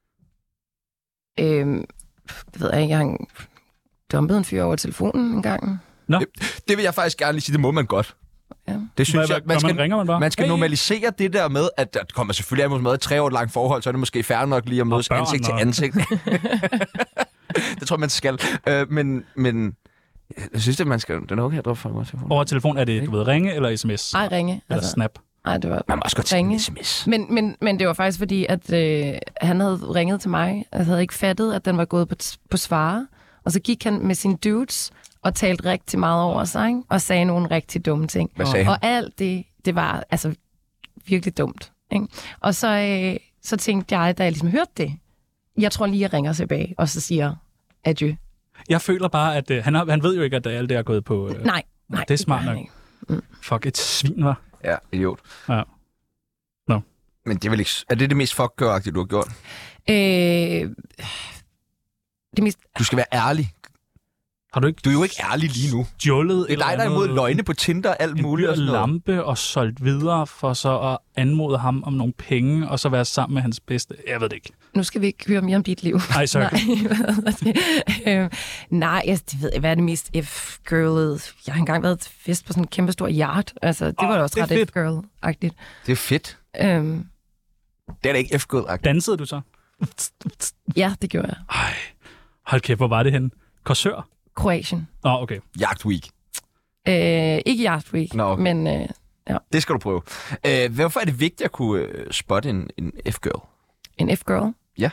Øhm, det ved jeg ikke, jeg har dumpet en fyr over telefonen en gang. Nå. Det, det vil jeg faktisk gerne lige sige, det må man godt. Ja. Det synes Hvad- jeg, man når skal, man ringer man bare? man skal Hey. normalisere det der med, at der kommer selvfølgelig af med et tre år langt forhold, så er det måske fair nok lige at mødes børn ansigt til og- ansigt. Det tror jeg, man skal. Øh, men, men jeg synes, at man skal... Den er okay at droppe folk over telefonen. Over telefon, er det, du ved, ringe eller sms? Ej, ringe. Eller snap? Nej, det var Man må også godt ringe. sende en sms. Men, men, men det var faktisk fordi, at øh, han havde ringet til mig. Jeg havde ikke fattet, at den var gået på, på svare. Og så gik han med sine dudes og talte rigtig meget over sig, ikke? Og sagde nogle rigtig dumme ting. Hvad sagde han? Og alt det, det var altså virkelig dumt. Ikke? Og så, øh, så tænkte jeg, da jeg ligesom hørte det, jeg tror lige, jeg ringer tilbage, og så siger adieu. Jeg føler bare, at øh, han, har, han ved jo ikke, at alt det er gået på... Øh, Nej, nej. det er smart gør han nok. ikke. Mm. Fuck, et svin, var. Ja, idiot. Ja. Nå. Men det er vel ikke... Er det det mest fuck-gør-agtige, du har gjort? Øh, det mest... Du skal være ærlig. Har du ikke... Du er jo ikke ærlig lige nu. Stjålet Det er dig, der er imod løgne på Tinder og alt en muligt. Og dyr sådan noget. lampe og solgt videre for så at anmode ham om nogle penge, og så være sammen med hans bedste. Jeg ved det ikke. Nu skal vi ikke høre mere om dit liv. Nej, sorry. Nej, øh, nej jeg det ved jeg, hvad er det mest F-girlet? Jeg har engang været til fest på sådan en kæmpe stor yacht. Altså, det Åh, var da også det er ret fedt. F-girl-agtigt. Det er fedt. Øhm, Det er da ikke F-girl-agtigt. Dansede du så? ja, det gjorde jeg. Ej, hold kæft, hvor var det henne? Korsør? Kroatien. Åh, oh, okay. Yacht Week. Øh, ikke Yacht Week, Nå, okay. men øh, ja, Det skal du prøve. Øh, hvorfor er det vigtigt at kunne øh, spotte en, en F-girl? en F-girl. Ja.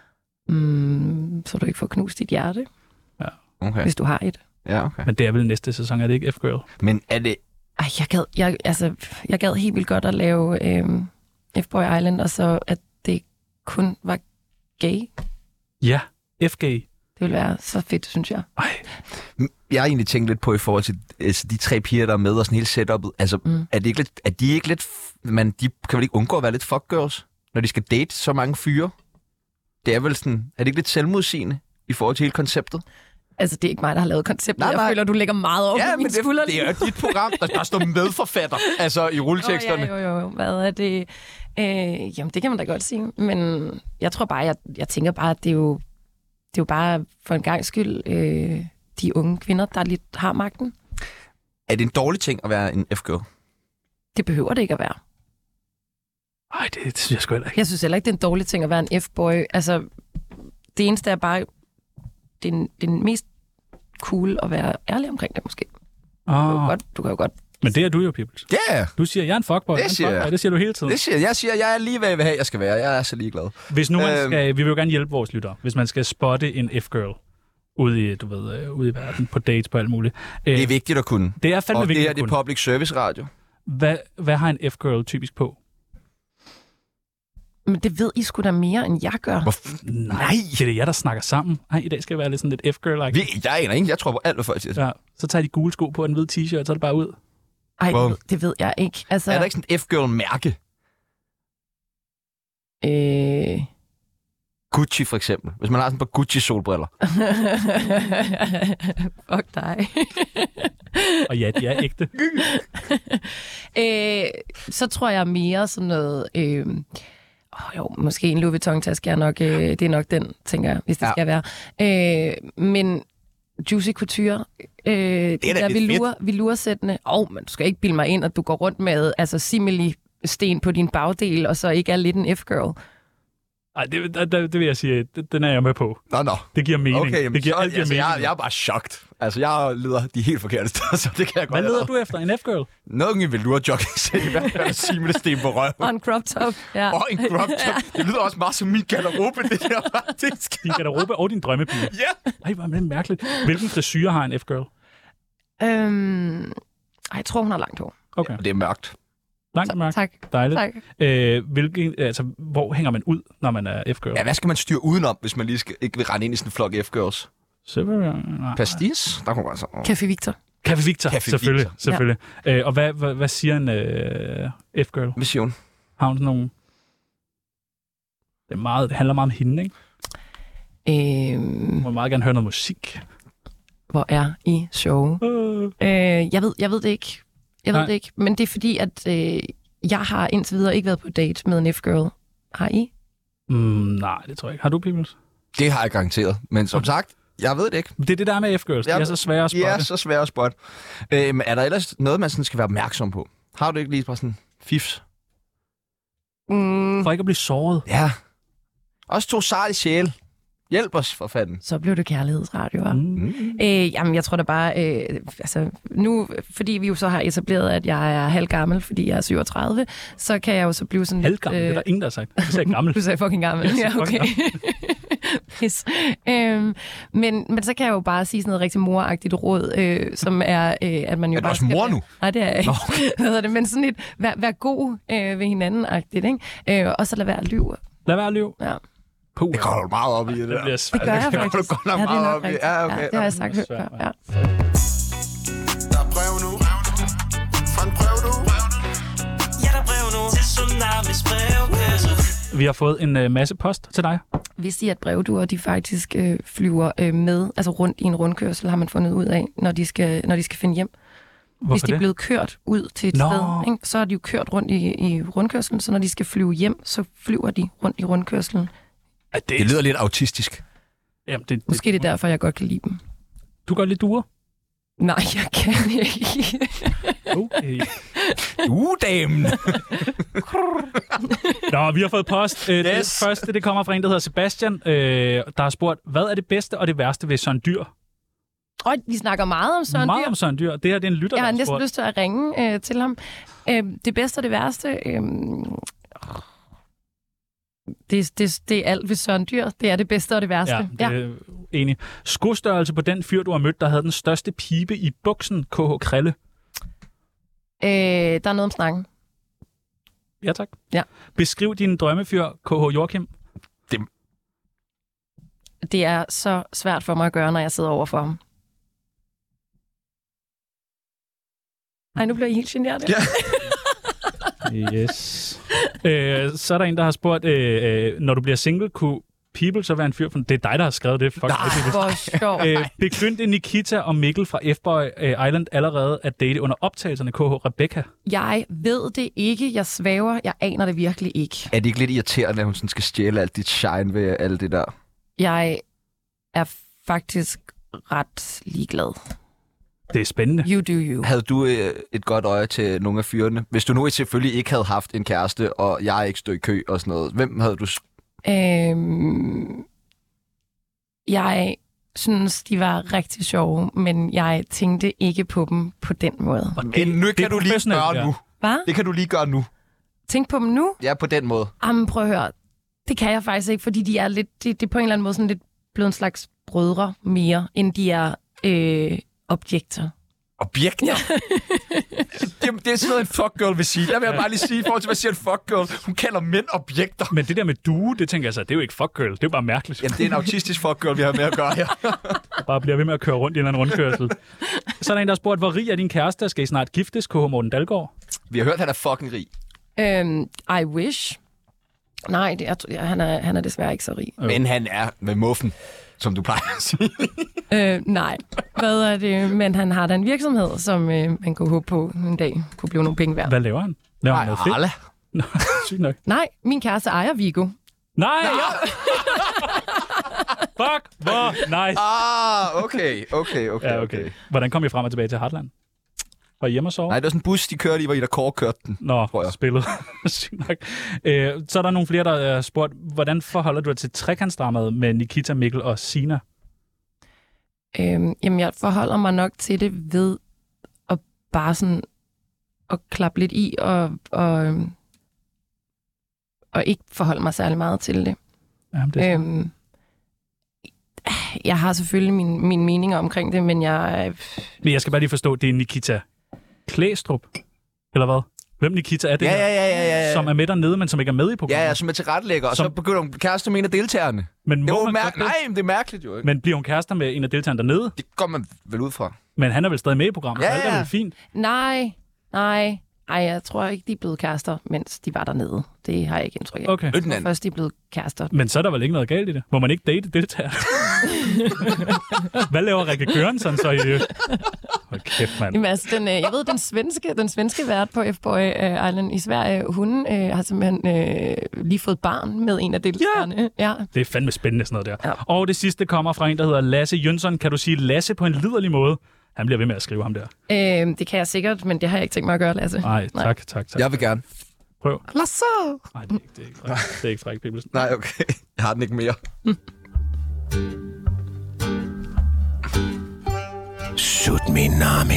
Mm, så du ikke får knust dit hjerte, Okay. hvis du har et. Ja, okay. Men det er vel næste sæson, er det ikke F-Girl? Men er det... Ej, jeg gad, jeg, altså, jeg gad helt vildt godt at lave øh, F-Boy Island, og så at det kun var gay. Ja, F G. Det ville være så fedt, synes jeg. Ej, Jeg har egentlig tænkt lidt på i forhold til altså, de tre piger, der er med og sådan hele setupet. Altså, Mm. er, det ikke lidt, er de ikke lidt... f- Man, de kan vel ikke undgå at være lidt fuck-girls, når de skal date så mange fyre? Det er vel sådan... Er det ikke lidt selvmodsigende i forhold til hele konceptet? Altså, det er ikke mig, der har lavet konceptet. Nej, nej. Jeg føler, du lægger meget over Ja, på men mine det, skuldre. det er jo dit program, der bare står medforfatter, altså i rulleteksterne. Oh, ja, jo, jo. Hvad er det? Øh, jamen, det kan man da godt sige. Men jeg tror bare, jeg, jeg tænker bare, at det er jo, det er jo bare for en gang skyld øh, de unge kvinder, der lidt har magten. Er det en dårlig ting at være en F-girl? Det behøver det ikke at være. ej, det, det synes jeg sgu heller ikke. Jeg synes heller ikke, det er en dårlig ting at være en F-boy. Altså, det eneste er bare, det er, det er mest cool at være ærlig omkring det, måske. Du kan jo Oh. godt, du kan jo godt Men det er du jo, Peoples. Ja, yeah, Du siger, jeg er en fuckboy. Det jeg er en siger fuckboy. jeg. Det siger du hele tiden. det siger jeg. Jeg siger, jeg er lige, hvad jeg vil have, jeg skal være. Jeg er så ligeglad. Hvis nu man Øhm. skal, vi vil jo gerne hjælpe vores lyttere, hvis man skal spotte en F-girl ude i, du ved, øh, ude i verden, på dates, på alt muligt. Øh, Det er vigtigt at kunne. det er fandme Og det vigtigt her, at det er kunne. public service radio. Hvad, hvad har en F-girl typisk på? Men det ved I sgu da mere, end jeg gør. Hvorfor? Nej, det er det jeg, der snakker sammen. Ej, i dag skal jeg være lidt sådan lidt F-girl-like. Vi, jeg aner ikke. Jeg tror på alt, hvad folk siger. Ja, så tager de gule sko på og en hvid t-shirt, så er det bare ud. Ej, Wow. det, ved- det ved jeg ikke. Altså, Er der ikke sådan et F-girl-mærke? øh... Gucci for eksempel. Hvis man har sådan et par Gucci-solbriller. Fuck dig. Og ja, de er ægte. øh, så tror jeg mere sådan noget... Øh, oh, jo, måske en Louis Vuitton-taske er nok... Øh, det er nok den, tænker jeg, hvis det Ja. ja. skal være. Øh, men Juicy Couture... Øh, det da der lidt velure, velursættende... Åh, oh, men du skal ikke bilde mig ind, at du går rundt med altså, simili-sten på din bagdel, og så ikke er lidt en F-girl. Ej, det, det, det vil jeg sige, det, den er jeg med på. Nå, nå. Det giver mening. Okay, jamen, det giver så, alt giver altså, mening. jeg, jeg er bare chokt. Altså, jeg leder de helt forkerte steder, så det kan jeg godt Hvad leder lade. du efter? En F-girl? Nogen i velour jogging i hvert fald at sige med det sten på røven. Og en crop top. Ja. Og en crop top. Det lyder også meget som min garderobe, det der faktisk. Din garderobe og din drømmepige. Ja. Ej, hvor er det mærkeligt. Hvilken frisyre har en F-girl? Øhm, ej, jeg tror, hun har langt hår. Okay. Det er mørkt. Langt og mørkt. Tak. Dejligt. Tak. Øh, hvilken, altså, hvor hænger man ud, når man er F-girl? Ja, hvad skal man styre udenom, hvis man lige skal, ikke vil rende ind i sådan en flok F-girls? Selvfølgelig. Pastis? Der kunne man altså... Café Victor. Café Victor, Café selvfølgelig. Victor. selvfølgelig. Ja. Øh, og hvad, hvad, hvad siger en øh, F-girl? Hvad siger hun? Har hun sådan nogle... Det, er meget, det handler meget om hende, ikke? Øhm, Hun må meget gerne høre noget musik. hvor er I sjove? Øh. Øh, jeg, ved, jeg ved det ikke. Jeg ved Nej. det ikke. Men det er fordi, at øh, jeg har indtil videre ikke været på date med en F-girl. Har I? Mm, nej, det tror jeg ikke. Har du, Pibels? Det har jeg garanteret. Men som sagt, jeg ved det ikke. Det er det der med F-girls. De er så svære at spotte. De er så svære at spotte. Øhm, er der ellers noget, man sådan skal være opmærksom på? Har du ikke lige bare sådan fifs? Mm. For ikke at blive såret. Ja. Også to sarte sjæle. Hjælp os, for fanden. Så blev det kærlighedsradio, hva'? Mm. Øh, jamen, jeg tror da bare... Øh, altså, nu, fordi vi jo så har etableret, at jeg er halvgammel, fordi jeg er syvogtredive, så kan jeg jo så blive sådan halvgammel? lidt... Øh, det er der ingen, der har sagt. Du sagde gammel. Du sagde fucking gammel. Ja, okay. Yes. øhm, men, men så kan jeg jo bare sige sådan noget rigtig moragtigt råd, øh, som er, øh, at man jo er bare... Er du også mor nu? Nej, det er jeg ikke. Hvad hedder det? Men sådan lidt, vær, vær god øh, ved hinanden-agtigt, ikke? Øh, og så lad være at lyve. Lad være at lyve? Ja. Puh, det går du meget op i, det der. Det, det gør jeg faktisk. Det går du godt nok ja, meget op i. Ja, okay. Ja, det har jeg sagt hørt før, ja. Der er brev nu. Fra en brev nu. Ja, der er brev nu til Tsunamis brevkasse. Vi har fået en øh, masse post til dig. Vidste I, at brevduer, de faktisk øh, flyver øh, med, altså rundt i en rundkørsel, har man fundet ud af, når de skal, når de skal finde hjem. Hvorfor Hvis de det? er blevet kørt ud til et Nå. sted, ikke? Så er de jo kørt rundt i, i rundkørslen, så når de skal flyve hjem, så flyver de rundt i rundkørslen. Det, det lyder lidt autistisk. Jamen, det, Måske det er derfor, jeg godt kan lide dem. Du gør lidt duer? Nej, jeg kan ikke. Okay. Uh, damen! Nå, vi har fået post. Øh, Yes. Det første, det kommer fra en, der hedder Sebastian, øh, der har spurgt, hvad er det bedste og det værste ved Søren Dyr? Og vi snakker meget om Søren Meget Dyr. om Søren Dyr. Det her, det er en lytter, Jeg har der næsten spurgt. lyst til at ringe øh, til ham. Øh, det bedste og det værste... Øh, det, det, det er alt ved Søren Dyr. Det er det bedste og det værste. Ja, det er enig. Skostørrelse på den fyr, du har mødt, der havde den største pibe i buksen, K H Krille. Øh, der er noget om snakken. Ja, tak. Ja. Beskriv din drømmefyr, K H Joachim. Det... det er så svært for mig at gøre, når jeg sidder over for ham. Ej, nu bliver jeg helt generet. Ja. Yes. øh, så er der en, der har spurgt, øh, øh, når du bliver single, kunne People så være en fyr? For det er dig, der har skrevet det. Fuck, Nej, hvor sjovt. øh, begyndte Nikita og Mikkel fra F-Boy øh, Island allerede at date under optagelserne K H Rebecca? Jeg ved det ikke. Jeg svæver. Jeg aner det virkelig ikke. Er det ikke lidt irriterende, at hun sådan skal stjæle alt dit shine ved alt det der? Jeg er faktisk ret ligeglad. Det er spændende. You do you. Havde du øh, et godt øje til nogle af fyrene? Hvis du nu selvfølgelig ikke havde haft en kæreste, og jeg ikke stod i kø og sådan noget, hvem havde du... Øhm, jeg synes, de var rigtig sjove, men jeg tænkte ikke på dem på den måde. Men nu kan du lige gøre nu. Hvad? Det kan du lige gøre nu. Tænk på dem nu? Ja, på den måde. Jamen, prøv at høre. Det kan jeg faktisk ikke, fordi de er lidt, det de er på en eller anden måde sådan lidt blevet en slags brødre mere, end de er øh, objekter. Objekter? Ja. det, det er sådan noget, en fuckgirl vil sige. Der vil jeg bare lige sige, i forhold til, hvad siger en fuckgirl? Hun kalder mænd objekter. Men det der med due, det tænker jeg så, det er jo ikke fuckgirl. Det er jo bare mærkeligt. Jamen, det er en autistisk fuckgirl, vi har med at gøre her. Bare bliver ved med at køre rundt i en eller anden rundkørsel. Så er der en, der har spurgt, hvor rig er din kæreste? Skal I snart giftes, K H Morten Dalgaard? Vi har hørt, at han er fucking rig. Øhm, I wish. Nej, det er, ja, han, er, han er desværre ikke så rig. Men han er med muffen, som du plejer at sige. øh, nej, hvad er det? Men han har da en virksomhed, som øh, man kunne håbe på en dag kunne blive nogle penge værd. Hvad laver han? Laver han noget fedt? Arla. Nå, sygt nok. Nej, min kæreste ejer Vigo. Nej! Fuck, hvor nice. Ah, okay, okay, okay, Ja, okay. Hvordan kom I frem og tilbage til Heartland? Var I hjemme og sove? Nej, det var sådan en bus, de kørte i, hvor I der kåre kørte den. Nå, tror jeg. spillet. Sygt nok. Øh, så er der nogle flere, der har spurgt, hvordan forholder du dig til trekantsdramaet med Nikita, Mikkel og Sina? Øhm, jamen, jeg forholder mig nok til det ved at bare sådan at klappe lidt i og, og, øhm, og ikke forholde mig særlig meget til det. Jamen, det er øhm, jeg har selvfølgelig min, min meninger omkring det, men jeg... Men jeg skal bare lige forstå, det er Nikita Klæstrup, eller hvad? Hvem Nikita er det Ja, her? ja, ja, ja, ja. Som er med dernede, men som ikke er med i programmet? Ja, ja, som er tilrettelægger, og Som- så begynder hun kærester med en af deltagerne. Men Det må var man mær- godt det? Nej, men det er mærkeligt jo ikke. Men bliver hun kærester med en af deltagerne dernede? Det går man vel ud fra. Men han er vel stadig med i programmet, Ja, så alt er ja. vel fint. Nej, nej. Ej, jeg tror ikke, de er blevet kærester, mens de var dernede. Det har jeg ikke indtryk af. Okay. Mød den Jeg anden. tror først, de er blevet kærester. Men så er der vel ikke noget galt i det? Må man ikke date deltagere? Hvad laver Rikke Gørensson så i det? Hold kæft, mand. Jamen, altså, den, øh, jeg ved, den svenske, den svenske vært på F-Boy øh, Island i Sverige, hun øh, har simpelthen øh, lige fået barn med en af deltagerne. Ja. Ja. Det er fandme spændende sådan noget der. Ja. Og det sidste kommer fra en, der hedder Lasse Jønsson. Kan du sige Lasse på en liderlig måde? Han bliver ved med at skrive ham der. Øh, det kan jeg sikkert, men det har jeg ikke tænkt mig at gøre, Lasse. Nej, tak, tak, tak. Jeg vil gerne. Prøv. Lasse! Nej, det er ikke, det er ikke frækt. Det er ikke frækt, Pibelsen. Nej, okay. Jeg har den ikke mere. Sut min nami.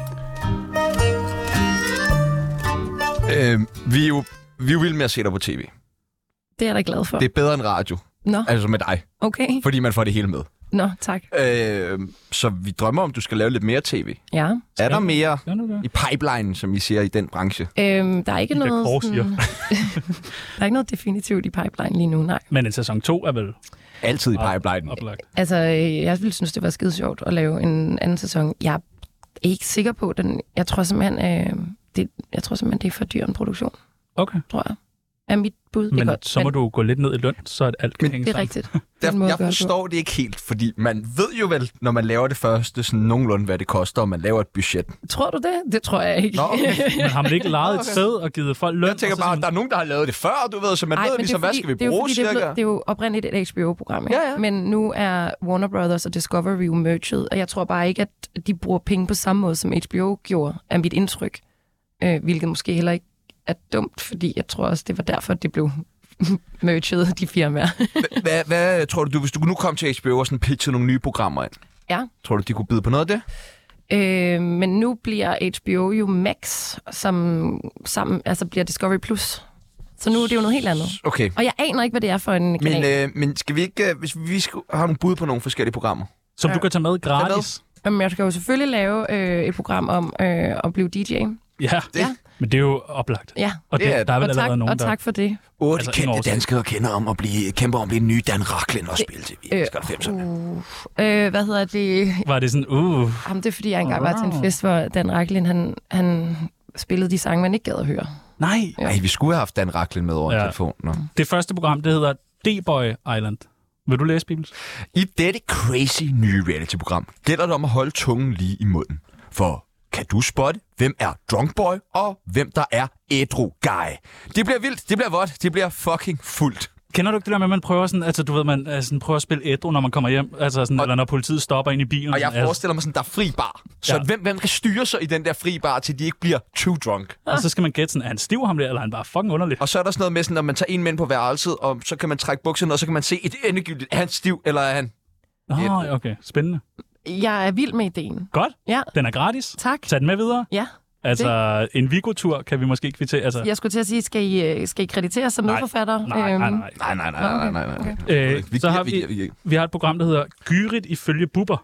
Øh, vi, er jo, vi er jo vilde med at se dig på tv. Det er jeg da glad for. Det er bedre end radio. Nå, Altså med dig. okay. Fordi man får det hele med. Nå, tak. Øh, så vi drømmer om, du skal lave lidt mere tv. Ja. Er der mere Gør nu det? i pipeline, som I siger i den branche? Øhm, der er ikke I det noget... Kåre siger. Sådan, der er ikke noget definitivt i pipeline lige nu, nej. Men en sæson to er vel Altid i pipeline. oplagt. Altså, øh, jeg ville synes, det var skide sjovt at lave en anden sæson. Jeg er ikke sikker på den. Jeg tror simpelthen, øh, det, jeg tror simpelthen, det er for dyr en produktion, Okay. tror jeg. Er mit bud. det er Men godt, så må men du gå lidt ned i løn, så at alt kan Men hænge det er sammen. rigtigt. Der, Den måde at jeg gøre det på. forstår det ikke helt, fordi man ved jo vel, når man laver det første, sådan nogenlunde, hvad det koster, og man laver et budget. Tror du det? Det tror jeg ikke. Nå, okay. Men har man ikke lejet et Okay. sted og givet folk løn? Jeg tænker og så bare, sådan- at der er nogen, der har lavet det før, du ved, så man Ej, ved men det er ligesom, hvad fordi- skal vi det er jo bruge fordi, det er, cirka? blevet, det er jo oprindeligt et H B O-program, ikke? Ja, ja. Men nu er Warner Brothers og Discovery jo merged, og jeg tror bare ikke, at de bruger penge på samme måde, som H B O gjorde, er mit indtryk. Øh, hvilket måske heller ikke er dumt, fordi jeg tror også, det var derfor, at det blev merged, de firmaer. Hvad, hvad tror du, hvis du nu kom til H B O og sådan pitchede nogle nye programmer ind? Ja. Tror du, de kunne byde på noget af det? Øh, men nu bliver H B O jo Max, som sammen, altså bliver Discovery Plus. Så nu er det jo noget helt andet. Okay. Og jeg aner ikke, hvad det er for en kanal. Men, øh, men skal vi ikke, øh, hvis vi skal, har nogle bud på nogle forskellige programmer? Som du kan tage med gratis. Jamen, jeg skal jo selvfølgelig lave øh, et program om øh, at blive D J. Ja, Ja. men det er jo oplagt. Ja, Og det, Det er- der er vel og tak, allerede nogen, og tak for det. Otte Altså, altså, ingen kendte årsag. danskere kender om at blive, kæmper om at blive en ny Dan Rachlin og spille til øh, vi skal halvfemserne. Uh, øh, hvad hedder det? der. Var det sådan, uh, Jamen, det er, fordi jeg engang var til en fest, hvor Dan Rachlin, han, han spillede de sange, man ikke gad at høre. nej. Ja. Ej, vi skulle have haft Dan Rachlin med over Ja. ja. telefonen. Nå. Det første program, det hedder D-Boy Island. Vil du læse, Bibels? I dette crazy nye reality-program gælder det om at holde tungen lige i munden. For kan du spotte, hvem er drunk boy, og hvem der er ædru guy? Det bliver vildt, det bliver vådt, det bliver fucking fuldt. Kender du ikke det der med, at man prøver sådan, altså du ved, man altså, sådan, prøver at spille ædru, når man kommer hjem, altså sådan, Og- eller når politiet stopper ind i bilen? Og jeg altså, forestiller mig sådan, der er fri bar. Så Ja. ja. hvem, hvem kan styre sig i den der fri bar, til de ikke bliver too drunk? og så skal man gætte sådan, er han stiv ham der, eller er han bare fucking underlig? Og så er der sådan noget med, sådan, når man tager en mænd på værelset, og så kan man trække bukserne, og så kan man se et endegyldigt, er han stiv, eller er han... Nå, okay, spændende. Jeg er vild med ideen. Godt, Ja, den er gratis. tak. Tag den med videre. Ja. Altså, en Vigo-tur kan vi måske kvittere. Altså, Jeg skulle til at sige, skal I, øh, skal I krediteres som Nej. medforfatter? nej, nej, nej. Nej, nej, nej, nej, nej, nej. Øh, Vi så giver- har vi vi, giver- vi giver. vi har et program, der hedder Gyrit ifølge Bubber.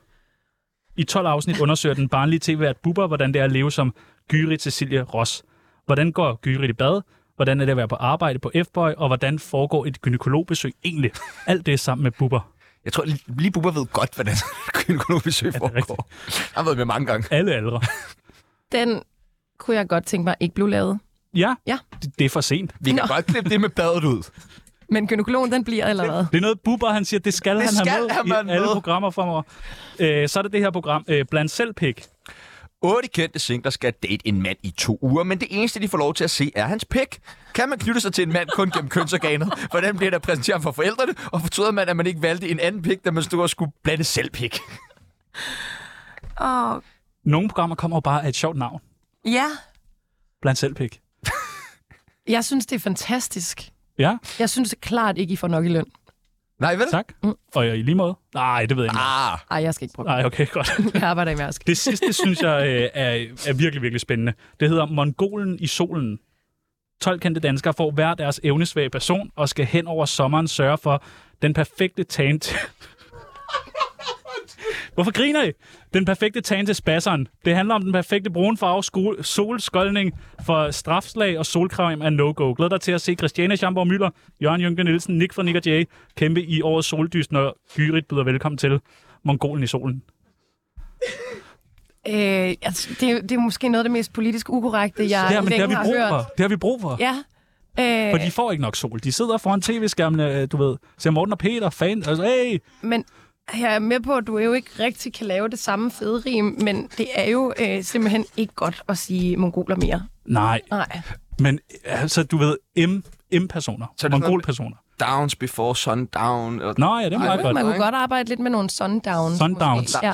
I tolv afsnit undersøger den barnlige tv-vært Bubber, hvordan det er at leve som Gyrit Cecilie Ross. Hvordan går Gyrit i bad? Hvordan er det at være på arbejde på F-Boy? Og hvordan foregår et gynekologbesøg egentlig? Alt det er sammen med Bubber. Jeg tror, lige- lige Bubber ved godt, hvordan gynekologbesøg det er foregår. Jeg har været med mange gange. Alle aldre. Den kunne jeg godt tænke mig ikke blev lavet. Ja, Ja. det, det er for sent. Vi kan Nå. godt klippe det med badet ud. Men gynekologen, den bliver, eller hvad? Det er noget, Bubber han siger, det skal Det han skal have med han i have alle med. programmer fremover. Øh, så er det det her program, øh, Blandt selv pik. Otte kendte singler skal date en mand i to uger, men det eneste, de får lov til at se, er hans pik. Kan man knytte sig til en mand kun gennem kønsorganet? Hvordan bliver der præsenteret for forældrene? Og fortryder man, at man ikke valgte en anden pik, da man stod og skulle blande selv pik? Åh, Nogle programmer kommer jo bare af et sjovt navn. ja. Blandt selv pik. Jeg synes, det er fantastisk. Ja, Jeg synes klart ikke, I får nok i løn. Nej, vel? tak. Og i lige måde? Nej, det ved jeg ikke. Ah, Ej, jeg skal ikke prøve. Nej, okay, godt. Jeg arbejder i Mærsk. Det sidste, synes jeg, øh, er, er virkelig, virkelig spændende. Det hedder Mongolen i solen. tolv kendte danskere får hver deres evnesvage person og skal hen over sommeren sørge for den perfekte tan til... Hvorfor griner I? Den perfekte tan til spasseren. Det handler om den perfekte brunfarve, skol- solskoldning for strafslag og solcreme er no-go. Glæd dig til at se Christiane Schamborg Müller, Jørgen Jynke Nielsen, Nick fra Nick og Jay kæmpe i årets soldyst, når Gyrit byder velkommen til Mongolen i solen. Øh, altså, det, er- det er måske noget af det mest politisk ukorrekte, jeg Ja, men det har længe vi har brug hørt. for. Det har vi brug for. Ja. Øh, For de får ikke nok sol. De sidder foran tv-skærmene, du ved, ser Morten og Peter, fan, altså, hey! Men Jeg er med på, at du jo ikke rigtig kan lave det samme fede rim, men det er jo øh, simpelthen ikke godt at sige mongoler mere. Nej. Nej. Men altså, du ved, M, M-personer, mongol-personer. Downs before sundown. Og... Nå ja, det er meget godt. Man kunne godt arbejde lidt med nogle sundowns. Sundowns. Ja.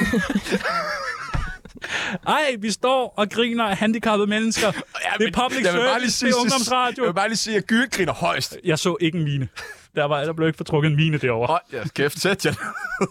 Ej, vi står og griner af handicappede mennesker. Ja, det er public service, det er ungdomsradio. Jeg vil bare lige sige, at Gyld griner højst. Jeg så ikke en mine. Der, var, der blev ikke fortrukket en mine derovre. Hold ja, kæft, sæt jer.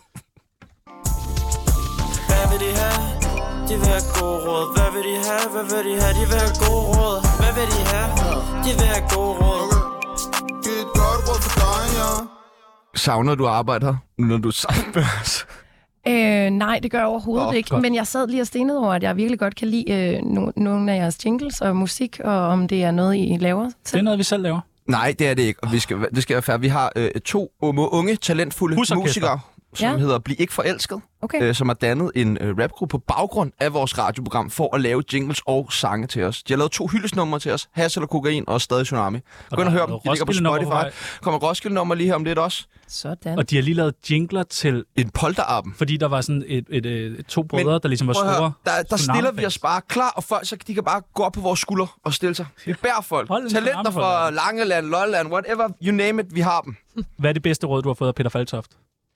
Hvad vil de have? De vil have gode råd. Hvad vil de have? Hvad vil de have? De vil have gode råd. Hvad vil de have? De vil have gode råd. Giv et godt råd for dig, ja. Savner du arbejde her, når du er sammen med os? Øh, nej, det gør jeg overhovedet oh, ikke. godt. Men jeg sad lige og stenede over, at jeg virkelig godt kan lide øh, no- nogle af jeres jingles og musik, og om det er noget, I laver selv. Det er noget, vi selv laver. Nej, det er det ikke, og vi skal, det skal være fair. Vi har øh, to unge, talentfulde Husorkester. musikere, som Ja. hedder Bliv ikke forelsket, Okay. øh, som har dannet en øh, rapgruppe på baggrund af vores radioprogram for at lave jingles og sange til os. De har lavet to hyldesnumre til os, Hash eller Kokain og Stadig Tsunami. Gå ind og hør dem, de ligger på Spotify. Kommer Roskilde-nummer lige her om lidt også. Sådan. Og de har lige lavet jingler til, En polterappen. fordi der var sådan et, et, et, et to brødre, der ligesom var Prøv at store. høre, der, der stiller vi tsunami-fans. os bare klar, og folk, så de kan bare gå op på vores skuldre og stille sig. Vi bærer folk. Hold en Talenter arme for fra dig. Langeland, Lolland, whatever, you name it, vi har dem. Hvad er det bedste råd, du har fået af Peter Faltoft?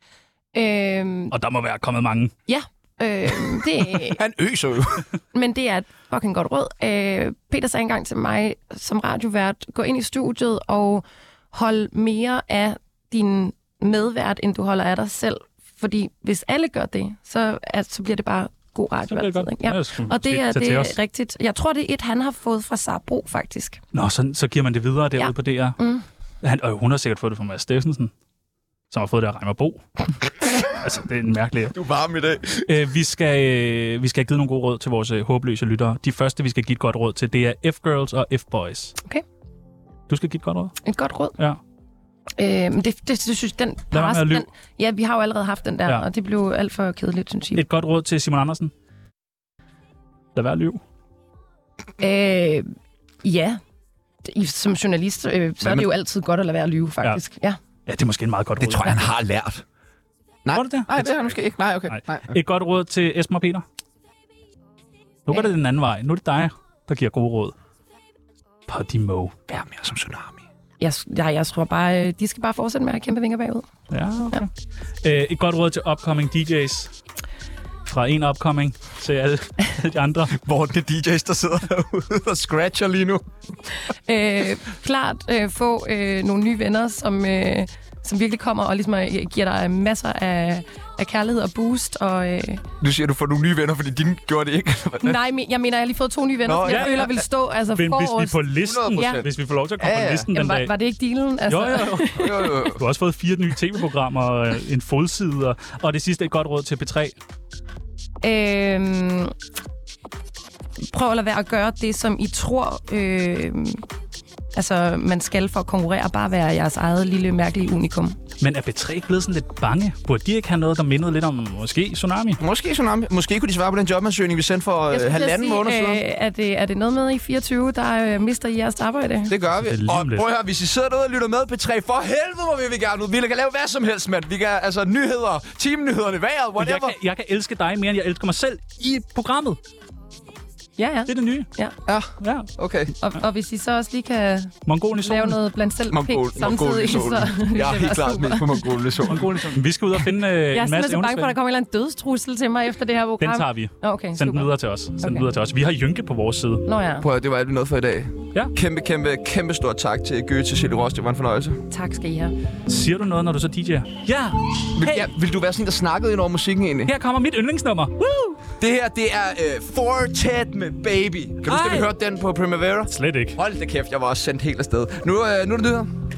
Øhm, Og der må være kommet mange. ja, øh, det, Han øser jo. men det er et fucking godt råd. Øh, Peter sagde engang til mig som radiovært, gå ind i studiet og hold mere af din medvært, end du holder af dig selv. Fordi hvis alle gør det, så, at, så bliver det bare god radio. Så bliver det altid, godt. ikke? Ja. Ja, så Og det skal er, tage til det os. er rigtigt. Jeg tror, det er et, han har fået fra Sabro, faktisk. Nå, så, så giver man det videre derude Ja. på D R. Mm. Han, og hun har sikkert fået det fra Mads Steffensen, som har fået det af Reimer Bo. Altså, det er en mærkelig... Du er varm i dag. Øh, vi, skal, øh, vi skal have givet nogle gode råd til vores øh, håbløse lyttere. De første, vi skal give et godt råd til, det er F-girls og F-boys. Okay. Du skal give et godt råd? Et godt råd. Ja. Øh, men det, det, det synes den Lad være passe, med at lyve. den, ja, vi har jo allerede haft den der, Ja. ja. og det blev alt for kedeligt, synes jeg. Et godt råd til Simon Andersen? Lad være at lyve. Øh, ja, I- som journalist, øh, så Hvad er med- det jo altid godt at lade være at lyve, faktisk. Ja. Ja, det er måske en meget godt Det råd. tror jeg, han har lært. Nej, Tror du det? Nej, det har han måske ikke. Nej, okay. Nej. Nej. Et godt råd til Esben og Peter? Nu går det den anden vej. Nu er det dig, der giver gode råd. Podimo. Vær mere som Tsunami. Jeg, jeg, jeg tror bare, øh, de skal bare fortsætte med at kæmpe vinger bagud. Ja, okay. Ja. Øh, et godt råd til upcoming D J's. Fra en upcoming til alle de andre. Hvor er det D J's, der sidder derude og scratcher lige nu? Øh, klart øh, få øh, nogle nye venner, som, øh, som virkelig kommer og ligesom øh, giver dig masser af, af kærlighed og boost. Og, øh, Nu siger du, du får nogle nye venner, fordi dine gjorde det ikke. nej, men, jeg mener, jeg har lige fået to nye venner, Nå, som jeg ja, føler ja, vil stå altså, Men hvis vi forrest. på listen, hundrede procent. Ja. hvis vi får lov til at komme Ja, ja. på listen den Jamen, var, dag. var det ikke dealen? Altså, Jo, jo, jo. Jo, jo, jo. Du har også fået fire nye tv-programmer, og en fodside, og, og det sidste et godt råd til P tre. Øhm, prøv at lade være at gøre det, som I tror, øh, altså, man skal for at konkurrere. Bare være jeres eget lille, mærkelige unikum. Men er P tre ikke blevet sådan lidt bange? Burde de ikke have noget, der mindede lidt om måske Tsunami? Måske Tsunami. Måske kunne de svare på den jobansøgning, vi sendte for Jeg øh, skulle til at halvanden sige, måned siden. Øh, er, det, er det noget med i fireogtyve, der øh, mister I jeres arbejde? Det gør vi. Det er lige Og om lidt. prøv at høre, hvis I sidder derude og lytter med på P tre, for helvede, hvor vil vi gerne ud. Vi kan lave hvad som helst, mand. Vi kan, altså, nyheder, teamnyhederne, vejret, Jeg whatever. kan, jeg kan elske dig mere, end jeg elsker mig selv i programmet. Ja, ja. Det er det nye. ja. Ja, Ja. okay. Og, og hvis I så også lige kan Mongolen i lave solen. noget blandt selv Mongol, pik samtidig, så Mongolen. vil Jeg er det helt være klart super. med på Mongolen i solen. Mongolen i solen. Vi skal ud og finde øh, Jeg er en masse simpelthen så bange for, at der evnesvend. kommer en eller anden dødstrussel til mig efter det her program. Den tager vi. Okay, Send den super. videre til os. Send den Okay. videre til os. Vi har Jynke på vores side. Nå ja, Prøv at, det var alt, vi nåede for i dag. Ja. Kæmpe, kæmpe, kæmpe stort tak til Goethe til Silje Ross. Det var en fornøjelse. tak skal I have. Siger du noget, når du så D J'er? Ja! Vil, Hey. ja, vil du være sådan en, der snakkede ind over musikken egentlig? Her kommer mit yndlingsnummer. Woo! Det her, det er uh, Fortet med Baby. Kan du huske, at vi Ej. hørte den på Primavera? Slet ikke. Hold da kæft, jeg var også sendt helt afsted. Nu, uh, nu er det nyheder.